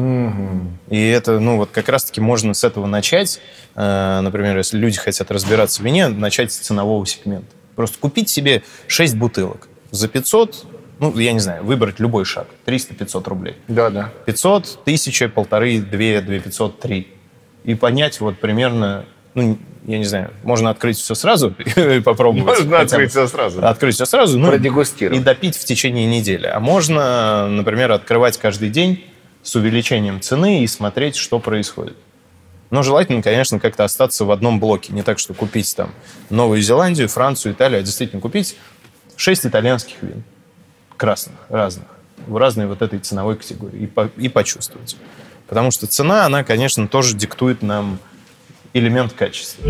И это, как раз-таки можно с этого начать. Например, если люди хотят разбираться в вине, начать с ценового сегмента. Просто купить себе 6 бутылок за 500, я не знаю, выбрать любой шаг. 300-500 рублей. Да. 500, 1000, 1500, 2, 2500, 3. И понять вот примерно, ну, я не знаю, можно открыть все сразу и попробовать. Можно открыть все сразу. Открыть все сразу, ну, Продегустировать. и допить в течение недели. А можно, например, открывать каждый день с увеличением цены и смотреть, что происходит. Но желательно, конечно, как-то остаться в одном блоке. Не так, что купить там Новую Зеландию, Францию, Италию, а действительно купить 6 итальянских вин. Красных, разных. В разной вот этой ценовой категории. И почувствовать. Потому что цена, она, конечно, тоже диктует нам элемент качества.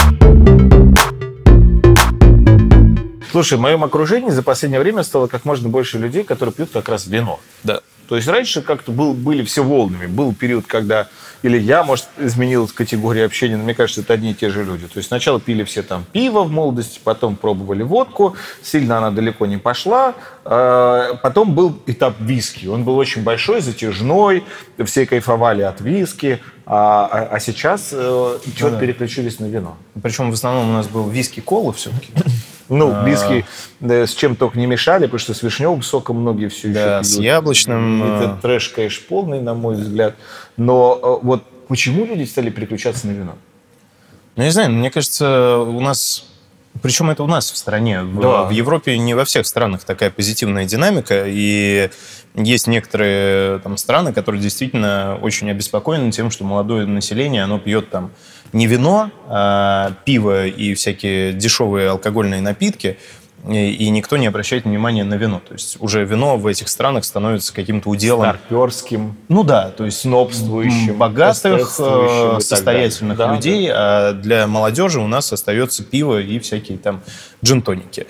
Слушай, в моем окружении за последнее время стало как можно больше людей, которые пьют как раз вино. Да. То есть раньше как-то были все волнами. Был период, когда или я, может, изменил категорию общения, но мне кажется, это одни и те же люди. То есть сначала пили все там пиво в молодости, потом пробовали водку, сильно она далеко не пошла. Потом был этап виски. Он был очень большой, затяжной, все кайфовали от виски. А сейчас что-то переключились на вино. Причем в основном у нас был виски-кола все-таки. Ну, виски с чем только не мешали, потому что с вишневым соком многие все еще Да, пьют. с яблочным. Это трэш, конечно, полный, на мой взгляд. Но вот почему люди стали переключаться на вино? Ну, не знаю, мне кажется, у нас... Причем это у нас в стране. В Европе не во всех странах такая позитивная динамика. И есть некоторые там страны, которые действительно очень обеспокоены тем, что молодое население, оно пьет там не вино, а пиво и всякие дешевые алкогольные напитки, и никто не обращает внимания на вино. То есть уже вино в этих странах становится каким-то уделом... Старперским. Ну да, то есть снобствующим, богатых, эстетствующим состоятельных людей, а для молодежи у нас остается пиво и всякие там джин-тоники.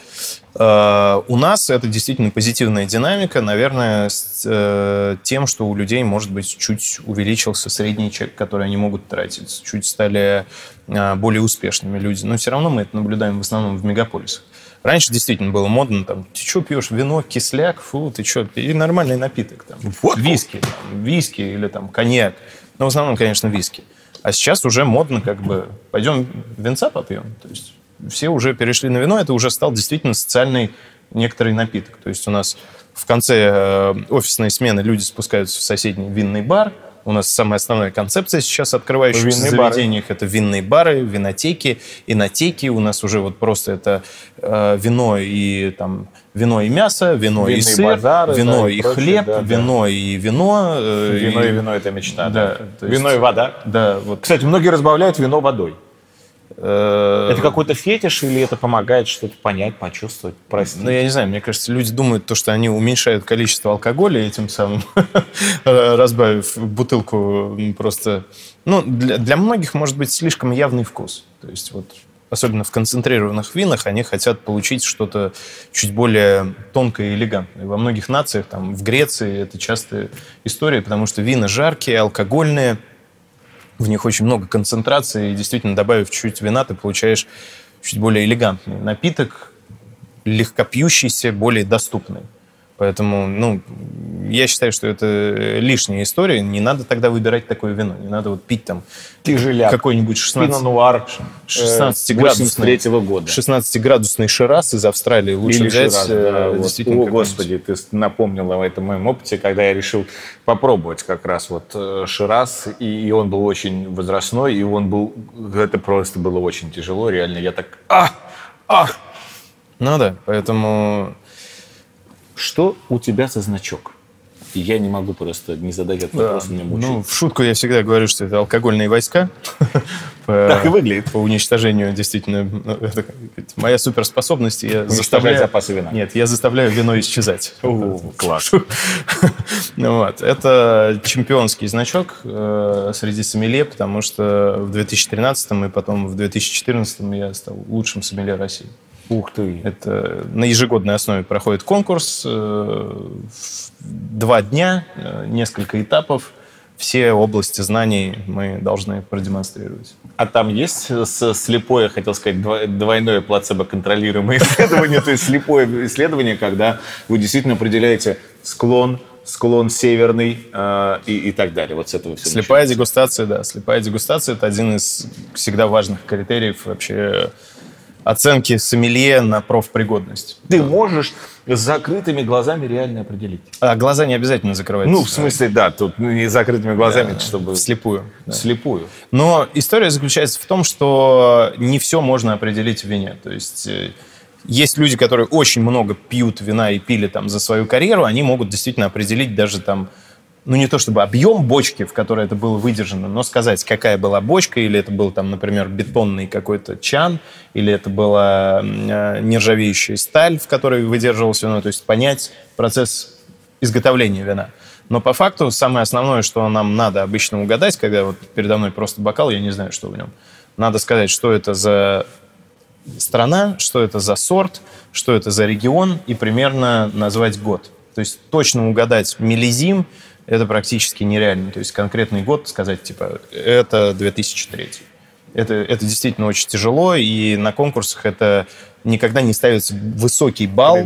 У нас это действительно позитивная динамика, наверное, с тем, что у людей, может быть, чуть увеличился средний чек, который они могут тратить, чуть стали более успешными люди. Но все равно мы это наблюдаем в основном в мегаполисах. Раньше действительно было модно, там, ты что пьешь, вино, кисляк, фу, ты что, и нормальный напиток, там, виски или там коньяк. Но в основном, конечно, виски. А сейчас уже модно, как бы, пойдем винца попьем. То есть все уже перешли на вино, это уже стал действительно социальный некоторый напиток. То есть у нас в конце офисной смены люди спускаются в соседний винный бар. У нас самая основная концепция сейчас открывающихся в заведениях — это винные бары, винотеки, инотеки. У нас уже вот просто это вино и там вино и мясо, вино винные и сыр, базары, вино да, и прочее, хлеб, да, вино и вино. Вино и вино — это мечта. Да, Да. Вино и вода. Да, вот. Кстати, многие разбавляют вино водой. Это какой-то фетиш или это помогает что-то понять, почувствовать, простить? Ну, я не знаю, мне кажется, люди думают, что они уменьшают количество алкоголя этим самым, разбавив бутылку просто... Ну, для многих может быть слишком явный вкус. То есть вот особенно в концентрированных винах они хотят получить что-то чуть более тонкое и элегантное. Во многих нациях, там, в Греции это частая история, потому что вина жаркие, алкогольные, в них очень много концентрации, и действительно, добавив чуть-чуть вина, ты получаешь чуть более элегантный напиток, легкопьющийся, более доступный. Поэтому, ну, я считаю, что это лишняя история. Не надо тогда выбирать такое вино. Не надо вот пить там какой-нибудь 16-градусный года. 16-градусный шираз из Австралии. Лучше или взять шираз, да, действительно... О, Господи, ты напомнила о этом моем опыте, когда я решил попробовать как раз вот шираз, и он был очень возрастной, и он был... Это просто было очень тяжело, реально. Я так... Ну да, поэтому... Что у тебя за значок? Я не могу просто не задать этот вопрос, меня мучает. Ну, в шутку я всегда говорю, что это алкогольные войска. Так и выглядит. По уничтожению, действительно. Это моя суперспособность. Уничтожать запасы вина. Нет, я заставляю вино исчезать. Класс. Вот. Это чемпионский значок среди сомелье, потому что в 2013 и потом в 2014 я стал лучшим сомелье России. Ух ты. Это на ежегодной основе проходит конкурс. 2 дня, несколько этапов. Все области знаний мы должны продемонстрировать. А там есть слепое, я хотел сказать, двойное плацебо-контролируемое исследование, то есть слепое исследование, когда вы действительно определяете склон северный и так далее. Вот с этого все Слепая дегустация, да. Слепая дегустация — это один из всегда важных критериев вообще оценки сомелье на профпригодность. Ты можешь с закрытыми глазами реально определить. А глаза не обязательно закрывать. Ну, в смысле, да, тут не с закрытыми глазами, чтобы... Вслепую. Да. Вслепую. Но история заключается в том, что не все можно определить в вине. То есть есть люди, которые очень много пьют вина и пили там за свою карьеру, они могут действительно определить даже там, ну не то чтобы объем бочки, в которой это было выдержано, но сказать, какая была бочка, или это был там, например, бетонный какой-то чан, или это была нержавеющая сталь, в которой выдерживалось вино, то есть понять процесс изготовления вина. Но по факту самое основное, что нам надо обычно угадать, когда вот передо мной просто бокал, я не знаю, что в нем, надо сказать, что это за страна, что это за сорт, что это за регион, и примерно назвать год. То есть точно угадать миллизим это практически нереально. То есть конкретный год сказать, типа, это 2003. Это действительно очень тяжело, и на конкурсах это никогда не ставится высокий балл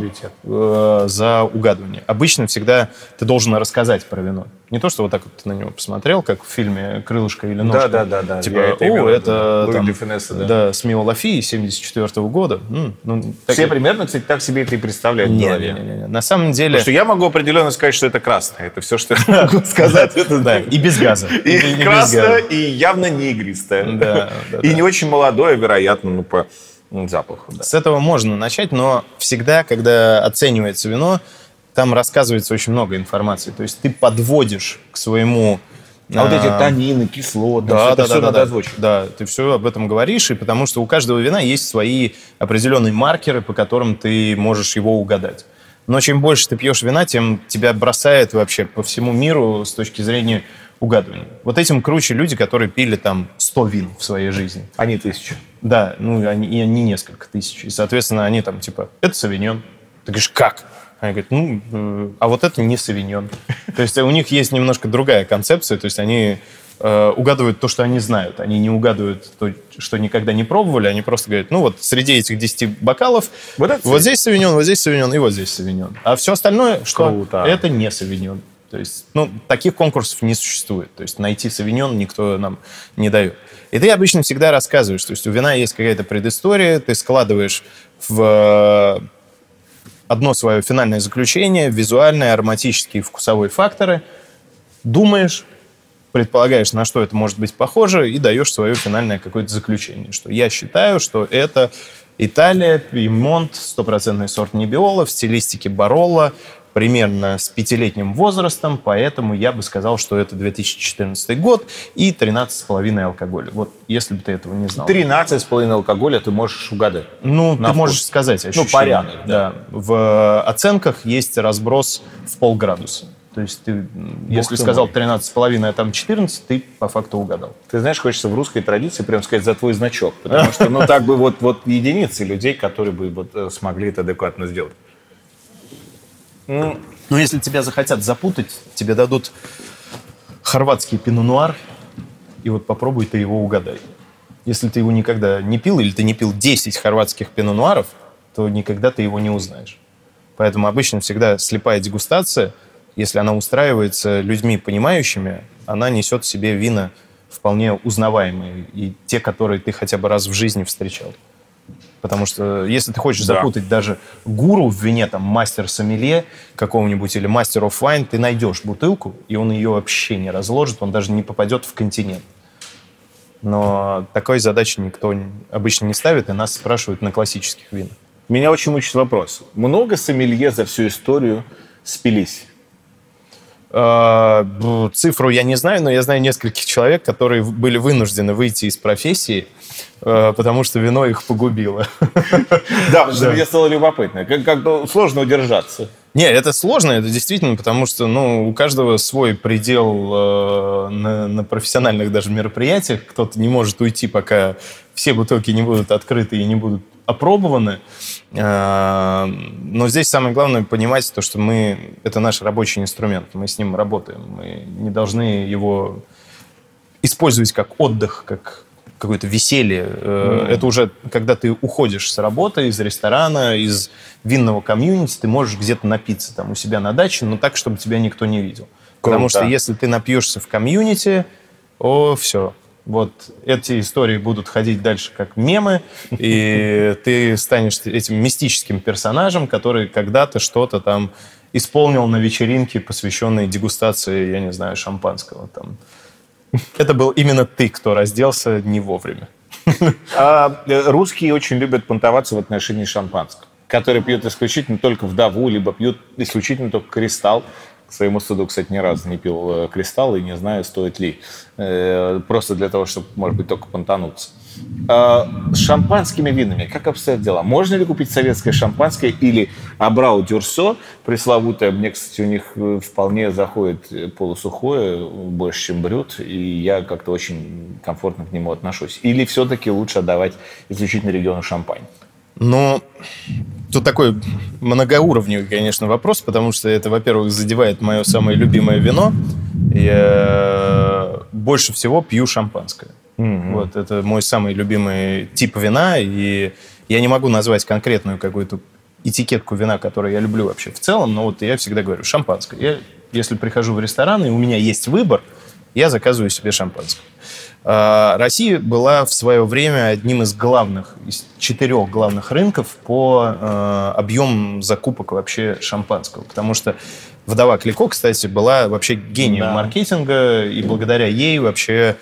за угадывание. Обычно всегда ты должен рассказать про вино. Не то, что вот так вот ты на него посмотрел, как в фильме «Крылышко или ножка». Да. Типа, это там, Луи де Фюнеса, да, с Мио Лафи 1974 года. Все примерно, кстати, так себе это и представляют в голове. Не. На самом деле... Потому что я могу определенно сказать, что это красное. Это все, что я могу сказать. Да, и без газа. И красное, и явно не игристое. И не очень молодое, вероятно, по запаху. С этого можно начать, но всегда, когда оценивается вино, там рассказывается очень много информации. То есть ты подводишь к своему... А вот эти танины, кислоты, это все надо озвучить. Да, ты все об этом говоришь, и потому что у каждого вина есть свои определенные маркеры, по которым ты можешь его угадать. Но чем больше ты пьешь вина, тем тебя бросает вообще по всему миру с точки зрения угадывания. Вот этим круче люди, которые пили там 100 вин в своей жизни. Они 1000. Да, они несколько тысяч. И, соответственно, они там типа, это савиньон. Ты говоришь, как? Они говорят, а вот это не савиньон. То есть у них есть немножко другая концепция, то есть они угадывают то, что они знают. Они не угадывают то, что никогда не пробовали, они просто говорят, ну вот среди этих 10 бокалов вот здесь савиньон, вот здесь савиньон и вот здесь савиньон. А все остальное, что Круто. Это не савиньон. То есть, таких конкурсов не существует. То есть найти савиньон никто нам не дает. И ты обычно всегда рассказываешь. То есть у вина есть какая-то предыстория, ты складываешь в одно свое финальное заключение, визуальные, ароматические, вкусовые факторы, думаешь, предполагаешь, на что это может быть похоже, и даешь свое финальное какое-то заключение, что я считаю, что это Италия, Пьемонт, 100% сорт Неббиола в стилистике Баролло, примерно с 5-летним возрастом, поэтому я бы сказал, что это 2014 год и 13,5 алкоголя. Вот если бы ты этого не знал. 13,5 алкоголя ты можешь угадать. Ты можешь сказать ощущение. Порядок. Да. В оценках есть разброс в полградуса. То есть ты, если сказал 13,5, а там 14, ты по факту угадал. Ты знаешь, хочется в русской традиции прям сказать за твой значок. Потому что, так бы вот единицы людей, которые бы смогли это адекватно сделать. Но если тебя захотят запутать, тебе дадут хорватский пино-нуар, и вот попробуй ты его угадай. Если ты его никогда не пил, или ты не пил 10 хорватских пино-нуаров, то никогда ты его не узнаешь. Поэтому обычно всегда слепая дегустация, если она устраивается людьми понимающими, она несет в себе вина вполне узнаваемые, и те, которые ты хотя бы раз в жизни встречал. Потому что если ты хочешь запутать даже гуру в вине, там, мастер-сомелье какого-нибудь или мастер оф вайн, ты найдешь бутылку, и он ее вообще не разложит, он даже не попадет в континент. Но такой задачи никто обычно не ставит, и нас спрашивают на классических винах. Меня очень мучит вопрос. Много сомелье за всю историю спились? Цифру я не знаю, но я знаю нескольких человек, которые были вынуждены выйти из профессии, потому что вино их погубило. Да, потому что мне стало любопытно. Как сложно удержаться. Не, это сложно, это действительно, потому что у каждого свой предел на профессиональных даже мероприятиях. Кто-то не может уйти, пока все бутылки не будут открыты и не будут опробованы. Но здесь самое главное понимать то, что это наш рабочий инструмент, мы с ним работаем. Мы не должны его использовать как отдых, как какое-то веселье. Это уже, когда ты уходишь с работы, из ресторана, из винного комьюнити, ты можешь где-то напиться там у себя на даче, но так, чтобы тебя никто не видел. Потому что если ты напьешься в комьюнити, все. Вот эти истории будут ходить дальше как мемы, и ты станешь этим мистическим персонажем, который когда-то что-то там исполнил на вечеринке, посвященной дегустации, я не знаю, шампанского. Там. Это был именно ты, кто разделся не вовремя. Русские очень любят понтоваться в отношении шампанского, которые пьют исключительно только вдову, либо пьют исключительно только кристалл. К своему суду, кстати, ни разу не пил кристалл и не знаю, стоит ли. Просто для того, чтобы, может быть, только понтануться. С шампанскими винами как обстоят дела? Можно ли купить советское шампанское или Абрау Дюрсо, пресловутое? Мне, кстати, у них вполне заходит полусухое, больше, чем брют, и я как-то очень комфортно к нему отношусь. Или все-таки лучше отдавать исключительно региону Шампань? Ну, тут такой многоуровневый, конечно, вопрос, потому что это, во-первых, задевает мое самое любимое вино. Я больше всего пью шампанское. Mm-hmm. Вот, это мой самый любимый тип вина, и я не могу назвать конкретную какую-то этикетку вина, которую я люблю вообще в целом, но вот я всегда говорю шампанское. Я, если прихожу в ресторан, и у меня есть выбор, я заказываю себе шампанское. Россия была в свое время одним из 4 главных рынков по объему закупок вообще шампанского. Потому что вдова Клико, кстати, была вообще гением маркетинга, и благодаря ей вообще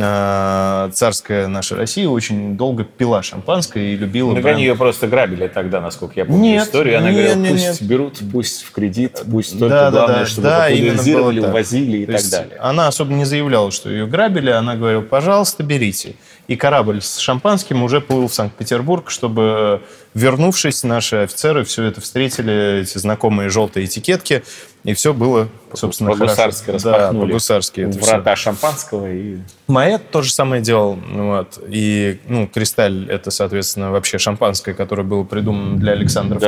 царская наша Россия очень долго пила шампанское и любила... Ну, они ее просто грабили тогда, насколько я помню историю. Она говорила, пусть берут, пусть в кредит, пусть только главное, чтобы популяризировали, увозили и так далее. Она особо не заявляла, что ее грабили, она говорила, пожалуйста, берите. И корабль с шампанским уже плыл в Санкт-Петербург, чтобы, вернувшись, наши офицеры все это встретили, эти знакомые желтые этикетки, и все было, собственно, по-гусарски распахнули. Да, по-гусарски. Врата шампанского. И... Маэт то же самое делал. Вот. И, Кристаль — это, соответственно, вообще шампанское, которое было придумано для Александра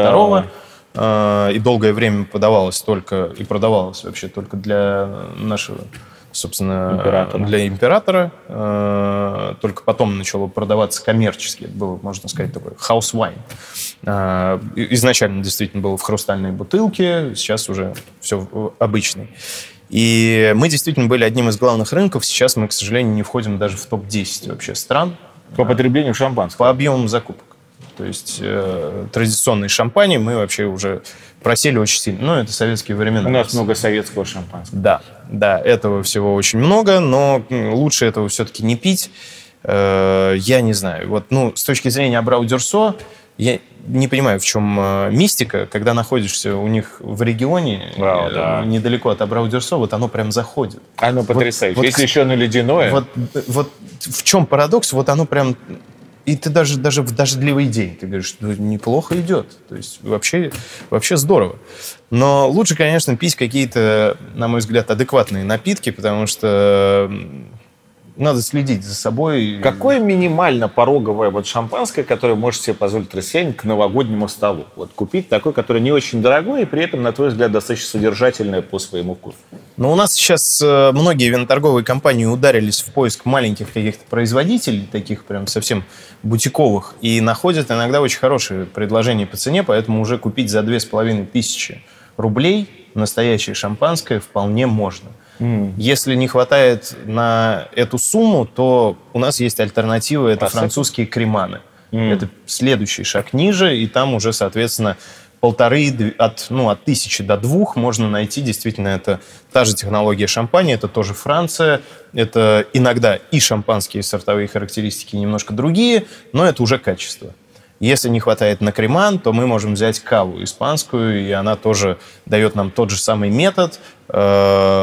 II. И долгое время подавалось только, и продавалось вообще только для нашего... собственно, для императора. Только потом начало продаваться коммерчески. Это было, можно сказать, такой house wine. Изначально действительно было в хрустальной бутылке, сейчас уже все обычный. И мы действительно были одним из главных рынков. Сейчас мы, к сожалению, не входим даже в топ-10 вообще стран. По потреблению шампанского? По объемам закупок. То есть традиционные шампани мы вообще уже просели очень сильно. Ну, это советские времена. У нас много советского шампанского. Да, этого всего очень много, но лучше этого все-таки не пить. Я не знаю. Вот, с точки зрения Абрау Дюрсо, я не понимаю, в чем мистика, когда находишься у них в регионе, недалеко от Абрау Дюрсо, вот оно прям заходит. Оно потрясающе. Если еще оно ледяное. Вот в чем парадокс, вот оно прям... И ты даже в дождливый день, ты говоришь, что неплохо идет. То есть вообще здорово. Но лучше, конечно, пить какие-то, на мой взгляд, адекватные напитки, потому что надо следить за собой. Какое минимально пороговое шампанское, которое можешь себе позволить россиянин к новогоднему столу? Вот купить такое, которое не очень дорогое и при этом, на твой взгляд, достаточно содержательное по своему вкусу. Но у нас сейчас многие виноторговые компании ударились в поиск маленьких каких-то производителей, таких прям совсем бутиковых, и находят иногда очень хорошие предложения по цене, поэтому уже купить за 2500 рублей настоящее шампанское вполне можно. Если не хватает на эту сумму, то у нас есть альтернатива, это французские креманы. Это следующий шаг ниже, и там уже, соответственно, от 1000 до 2 можно найти. Действительно, это та же технология шампани, это тоже Франция. Это иногда и шампанские сортовые характеристики немножко другие, но это уже качество. Если не хватает на креман, то мы можем взять каву испанскую, и она тоже дает нам тот же самый метод, но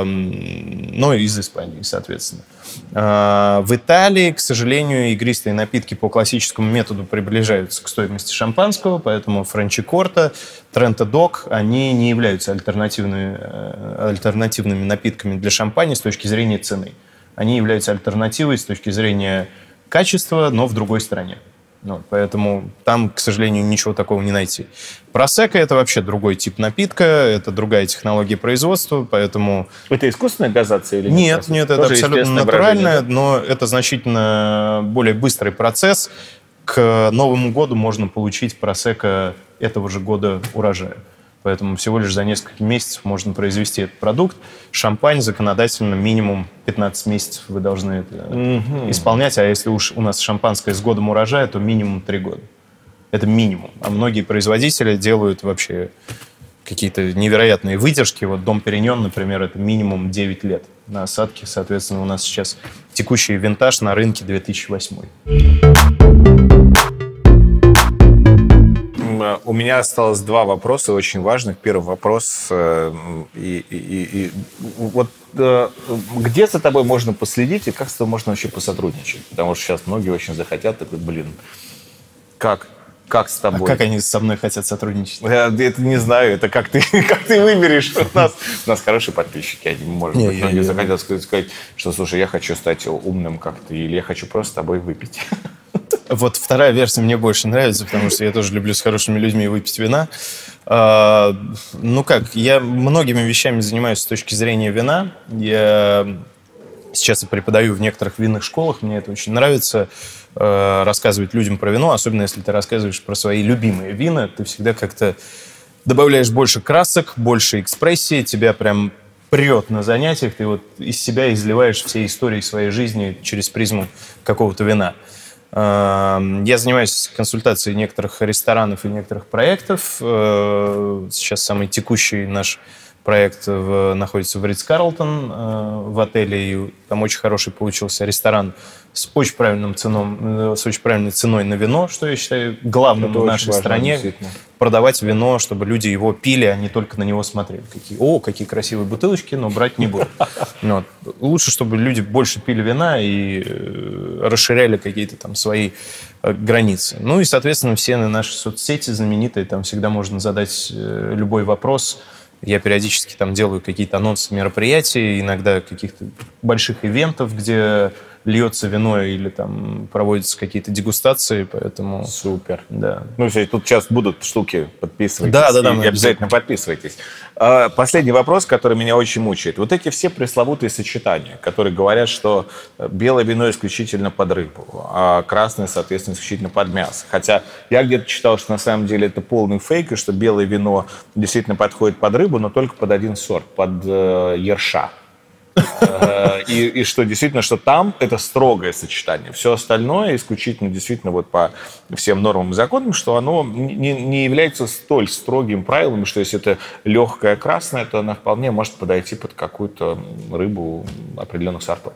из Испании, соответственно. В Италии, к сожалению, игристые напитки по классическому методу приближаются к стоимости шампанского, поэтому Франчикорта, Тренто Док, они не являются альтернативными напитками для шампани с точки зрения цены. Они являются альтернативой с точки зрения качества, но в другой стране. Поэтому там, к сожалению, ничего такого не найти. Просекко — это вообще другой тип напитка, это другая технология производства, поэтому... Это искусственная газация или нет? Нет, это абсолютно натуральное, но это значительно более быстрый процесс. К Новому году можно получить просекко этого же года урожая. Поэтому всего лишь за несколько месяцев можно произвести этот продукт. Шампань законодательно минимум 15 месяцев вы должны это исполнять. А если уж у нас шампанское с годом урожая, то минимум 3 года. Это минимум. А многие производители делают вообще какие-то невероятные выдержки. Вот Дом Периньон, например, это минимум 9 лет на осадке. Соответственно, у нас сейчас текущий винтаж на рынке 2008. У меня осталось 2 вопроса очень важных. Первый вопрос. Вот где за тобой можно последить и как с тобой можно вообще посотрудничать? Потому что сейчас многие очень захотят, такой, как с тобой? А как они со мной хотят сотрудничать? Я это не знаю, это как ты выберешь. У нас хорошие подписчики, они, может быть, многие захотят сказать, что, слушай, я хочу стать умным как ты, или я хочу просто с тобой выпить. Вот вторая версия мне больше нравится, потому что я тоже люблю с хорошими людьми выпить вина. Я многими вещами занимаюсь с точки зрения вина. Я сейчас и преподаю в некоторых винных школах, мне это очень нравится, рассказывать людям про вино, особенно если ты рассказываешь про свои любимые вина, ты всегда как-то добавляешь больше красок, больше экспрессии, тебя прям прет на занятиях, ты вот из себя изливаешь все истории своей жизни через призму какого-то вина. Я занимаюсь консультацией некоторых ресторанов и некоторых проектов. Сейчас самый текущий наш проект находится в Ритц-Карлтон в отеле, и там очень хороший получился ресторан с очень правильной ценой на вино, что я считаю главным в нашей стране. Продавать вино, чтобы люди его пили, а не только на него смотрели. Какие красивые бутылочки, но брать не буду. Лучше, чтобы люди больше пили вина и расширяли какие-то там свои границы. Ну и, соответственно, все наши соцсети знаменитые, там всегда можно задать любой вопрос. Я периодически там делаю какие-то анонсы мероприятий, иногда каких-то больших ивентов, где льется вино или там проводятся какие-то дегустации, поэтому... Супер. Да. Ну все, тут сейчас будут штуки, подписывайтесь. Да, и обязательно подписывайтесь. Последний вопрос, который меня очень мучает. Вот эти все пресловутые сочетания, которые говорят, что белое вино исключительно под рыбу, а красное, соответственно, исключительно под мясо. Хотя я где-то читал, что на самом деле это полный фейк, и что белое вино действительно подходит под рыбу, но только под один сорт, под ерша. И что действительно, что там это строгое сочетание. Все остальное исключительно действительно вот по всем нормам и законам, что оно не является столь строгим правилом, что если это легкая красная, то она вполне может подойти под какую-то рыбу определенных сортов.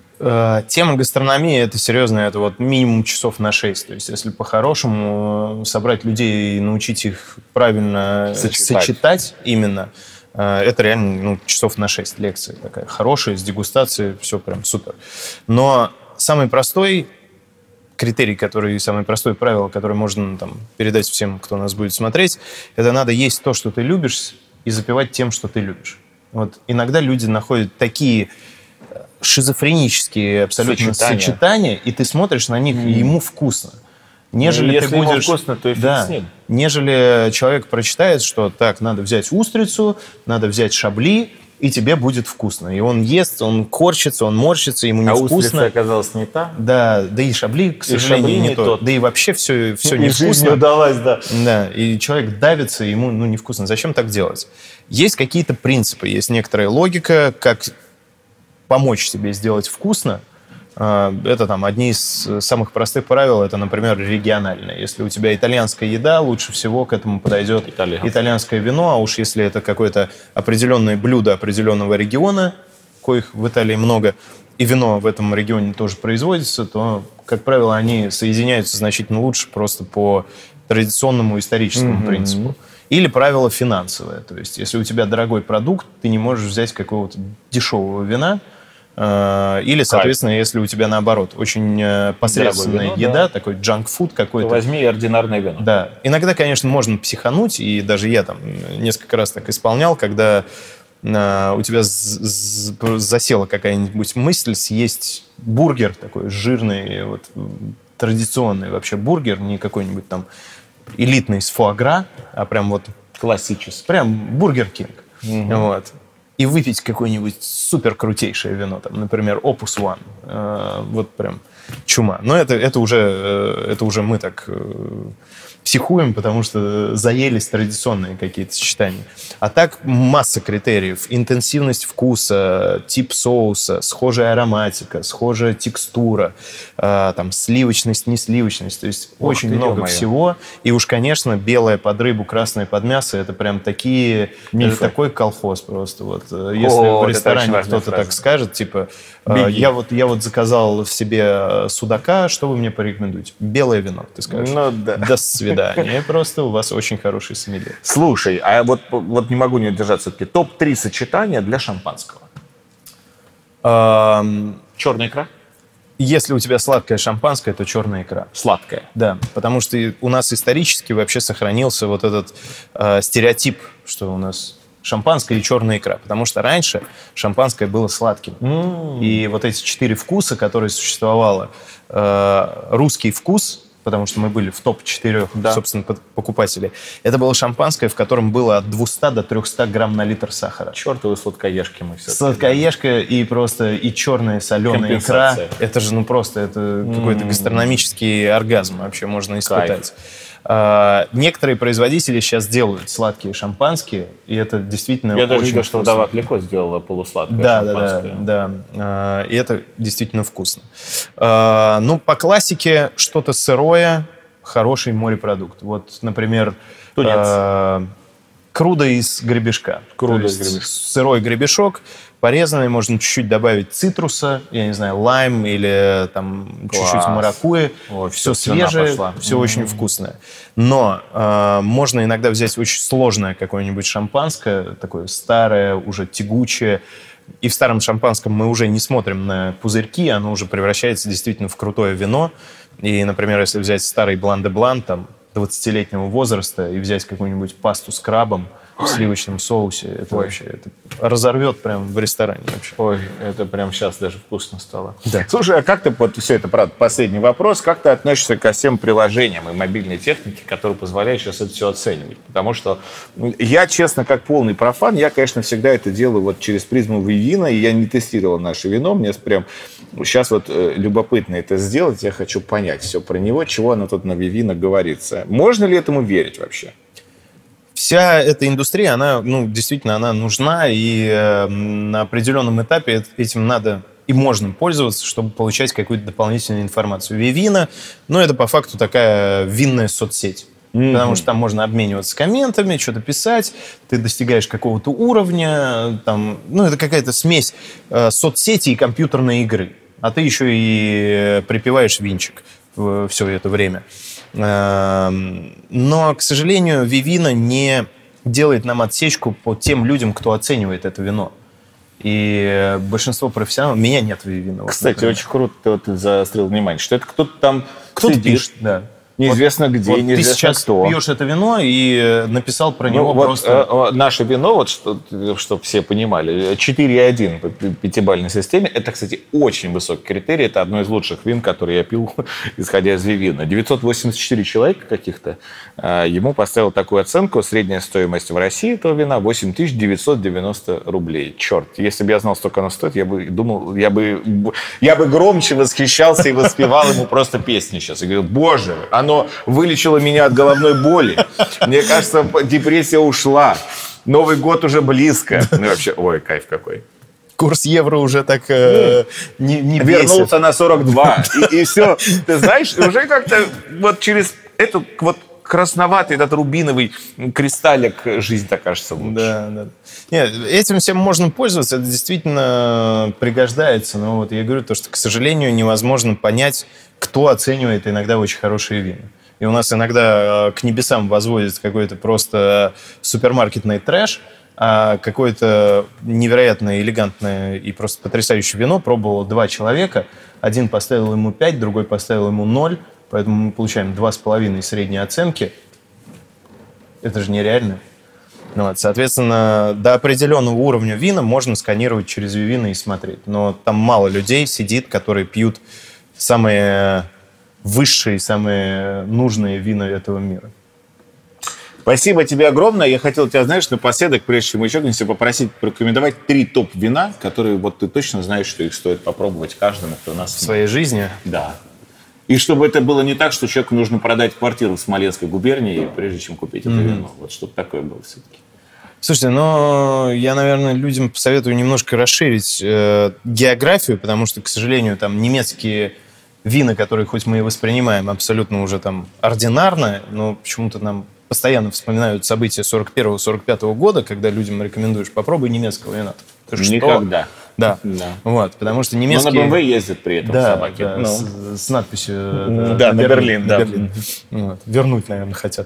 Тема гастрономии — это серьезно, это вот минимум часов на 6. То есть если по-хорошему собрать людей и научить их правильно сочетать именно, это реально часов на 6 лекций. Такая хорошая, с дегустацией, все прям супер. Но самый простой критерий, самое простое правило, которое можно передать всем, кто нас будет смотреть, это надо есть то, что ты любишь, и запивать тем, что ты любишь. Вот иногда люди находят такие шизофренические абсолютно сочетания, и ты смотришь на них, и ему вкусно. Нежели если ты будешь... ему вкусно, то и фиг с ним. Нежели человек прочитает, что так, надо взять устрицу, надо взять шабли, и тебе будет вкусно. И он ест, он корчится, он морщится, ему невкусно. А устрица оказалась не та? Да и шабли, к сожалению, не тот. Да и вообще все невкусно. Жизнь удалась, да. Да, и человек давится, ему невкусно. Зачем так делать? Есть какие-то принципы, есть некоторая логика, как помочь себе сделать вкусно. Это одни из самых простых правил, это, например, региональное. Если у тебя итальянская еда, лучше всего к этому подойдет итальянское вино, а уж если это какое-то определенное блюдо определенного региона, коих в Италии много, и вино в этом регионе тоже производится, то, как правило, они соединяются значительно лучше просто по традиционному историческому принципу. Или правило финансовое. То есть, если у тебя дорогой продукт, ты не можешь взять какого-то дешевого вина. Или, соответственно, если у тебя, наоборот, очень посредственная еда, такой джанк-фуд какой-то. То возьми ординарное вино. Да. Иногда, конечно, можно психануть, и даже я несколько раз так исполнял, когда у тебя засела какая-нибудь мысль съесть бургер такой жирный, вот, традиционный вообще бургер, не какой-нибудь элитный с фуагра, а прям вот классический. Прям Бургер Кинг. Вот. И выпить какое-нибудь супер крутейшее вино, например, Opus One. Вот прям чума. Но это уже мы так психуем, потому что заелись традиционные какие-то сочетания. А так масса критериев. Интенсивность вкуса, тип соуса, схожая ароматика, схожая текстура, там, сливочность, несливочность. То есть очень много всего. И уж, конечно, белое под рыбу, красное под мясо — это прям такие... Это такой колхоз просто. Вот. Если в ресторане кто-то так скажет, типа, я вот заказал в себе судака, что вы мне порекомендуете? Белое вино, ты скажешь. Ну, да. До свидания. Просто у вас очень хороший сомелье. Слушай, а вот не могу не удержаться. Топ-3 сочетания для шампанского. Черная икра? Если у тебя сладкое шампанское, то черная икра. Сладкая. Да, потому что у нас исторически вообще сохранился вот этот стереотип, что у нас шампанское и черная икра. Потому что раньше шампанское было сладким. И вот эти 4 вкуса, которые существовало, русский вкус, потому что мы были в топ-4, собственно, покупателей. Это было шампанское, в котором было от 200 до 300 грамм на литр сахара. Чертовы сладкоежки мы все. Сладкоежка и просто и черная соленая икра. Это же, это какой-то гастрономический оргазм вообще можно испытать. Некоторые производители сейчас делают сладкие шампанские, и это действительно Я очень даже видел, что вкусно. Вдова Клико сделала полусладкое шампанское. Да. И это действительно вкусно. По классике что-то сырое, хороший морепродукт. Вот, например, круда из гребешка. Сырой гребешок, порезанный, можно чуть-чуть добавить цитруса, я не знаю, лайм или там чуть-чуть маракуйи. Все свежее, все очень вкусное. Но можно иногда взять очень сложное какое-нибудь шампанское, такое старое, уже тягучее. И в старом шампанском мы уже не смотрим на пузырьки, оно уже превращается действительно в крутое вино. И, например, если взять старый блан-де-блан, там, 20-летнего возраста, и взять какую-нибудь пасту с крабом в сливочном соусе, это вообще разорвет прям в ресторане вообще. Ой, это прям сейчас даже вкусно стало. Да. Слушай, а как ты, все это, правда, последний вопрос, как ты относишься ко всем приложениям и мобильной технике, которые позволяют сейчас это все оценивать? Потому что я, честно, как полный профан, я, конечно, всегда это делаю вот через призму Vivino, и я не тестировал наше вино, мне прям сейчас вот любопытно это сделать, я хочу понять все про него, чего оно тут на Vivino говорится. Можно ли этому верить вообще? Вся эта индустрия, она, действительно, она нужна, и на определенном этапе этим надо и можно пользоваться, чтобы получать какую-то дополнительную информацию. Vivino, это по факту такая винная соцсеть. Потому что там можно обмениваться комментами, что-то писать, ты достигаешь какого-то уровня, это какая-то смесь соцсети и компьютерной игры. А ты еще и припиваешь винчик все это время. Но, к сожалению, Vivino не делает нам отсечку по тем людям, кто оценивает это вино. И большинство профессионалов... Меня нет в Vivino. Кстати, очень круто ты заострил внимание, что это кто-то там кто-то сидит, пишет, да. Неизвестно где, неизвестно ты сейчас кто. пьешь это вино и написал про него просто... Наше вино, чтобы все понимали, 4,1 по пятибалльной системе. Это, кстати, очень высокий критерий. Это одно из лучших вин, которые я пил, исходя из Vivino. 984 человека каких-то ему поставил такую оценку. Средняя стоимость в России этого вина 8990 рублей. Черт, если бы я знал, сколько оно стоит, я бы думал, я бы громче восхищался и воспевал ему просто песни сейчас. И говорил, боже, оно вылечило меня от головной боли. Мне кажется, депрессия ушла. Новый год уже близко. Вообще, ой, кайф какой. Курс евро уже так не вернулся на 42. И все. Ты знаешь, уже как-то вот через эту вот красноватый, этот рубиновый кристаллик жизнь, так кажется, лучше. Да. Нет, этим всем можно пользоваться, это действительно пригождается. Но вот я говорю, что, к сожалению, невозможно понять, кто оценивает иногда очень хорошие вина. И у нас иногда к небесам возводится какой-то просто супермаркетный трэш, а какое-то невероятно элегантное и просто потрясающее вино пробовало 2 человека. Один поставил ему 5, другой поставил ему 0. Поэтому мы получаем 2,5 средней оценки. Это же нереально. Соответственно, до определенного уровня вина можно сканировать через Vivino и смотреть. Но там мало людей сидит, которые пьют самые высшие, самые нужные вина этого мира. Спасибо тебе огромное. Я хотел тебя, знаешь, напоследок, прежде чем мы чокнемся, попросить порекомендовать 3 топ-вина, которые вот ты точно знаешь, что их стоит попробовать каждому, кто у нас... В своей жизни. Да. И чтобы это было не так, что человеку нужно продать квартиру в Смоленской губернии, прежде чем купить это вино. Вот чтобы такое было все-таки. Слушайте, я, наверное, людям посоветую немножко расширить географию, потому что, к сожалению, там немецкие вина, которые хоть мы и воспринимаем абсолютно уже там ординарно, но почему-то нам постоянно вспоминают события 41-45 года, когда людям рекомендуешь, попробуй немецкого вина. Никогда. Да. Вот, потому что немецкие... Но на BMW ездят при этом собаки. Да, с надписью... Да, на Берлин, да. Вот. Вернуть, наверное, хотят.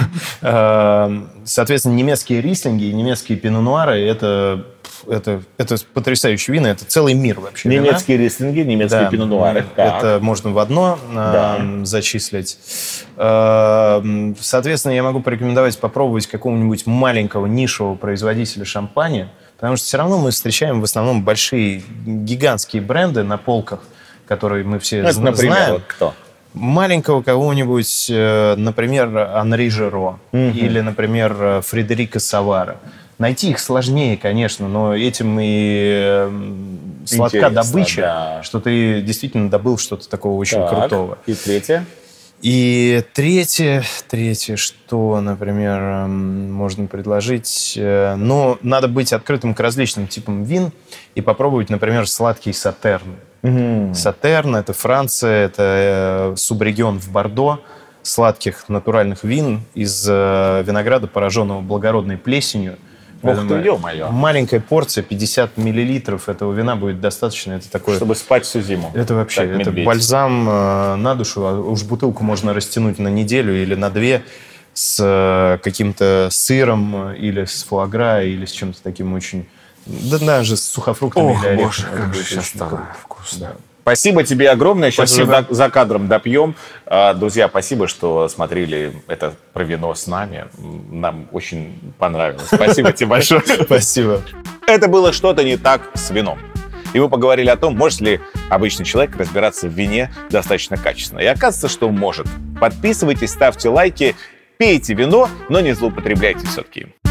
Соответственно, немецкие рислинги и немецкие пино-нуары это потрясающие вина, это целый мир вообще. Немецкие рислинги, немецкие пино-нуары. Это можно в одно зачислить. Соответственно, я могу порекомендовать попробовать какого-нибудь маленького нишевого производителя шампаня, потому что все равно мы встречаем в основном большие, гигантские бренды на полках, которые мы все знаем. Например, вот кто? Маленького кого-нибудь, например, Анри Жиро или, например, Фредерико Савара. Найти их сложнее, конечно, но этим и сладка добыча, что ты действительно добыл что-то такого очень крутого. И третье? И третье, что, например, можно предложить? Ну, надо быть открытым к различным типам вин и попробовать, например, сладкий Сатерн. Сатерн — это Франция, это субрегион в Бордо сладких натуральных вин из винограда, пораженного благородной плесенью. Ох ты, ё-моё. Маленькая порция, 50 миллилитров этого вина будет достаточно. Это такое... Чтобы спать всю зиму. Это вообще, это бальзам на душу. А уж бутылку можно растянуть на неделю или на 2 с каким-то сыром или с фуагра, или с чем-то таким очень... Да даже с сухофруктами или орехами. Боже, как же сейчас стало вкусно. Да. Спасибо тебе огромное. Сейчас уже за кадром допьем. Друзья, спасибо, что смотрели это про вино с нами. Нам очень понравилось. Спасибо тебе большое. Спасибо. Это было «Что-то не так с вином». И мы поговорили о том, может ли обычный человек разбираться в вине достаточно качественно. И оказывается, что может. Подписывайтесь, ставьте лайки, пейте вино, но не злоупотребляйте все-таки.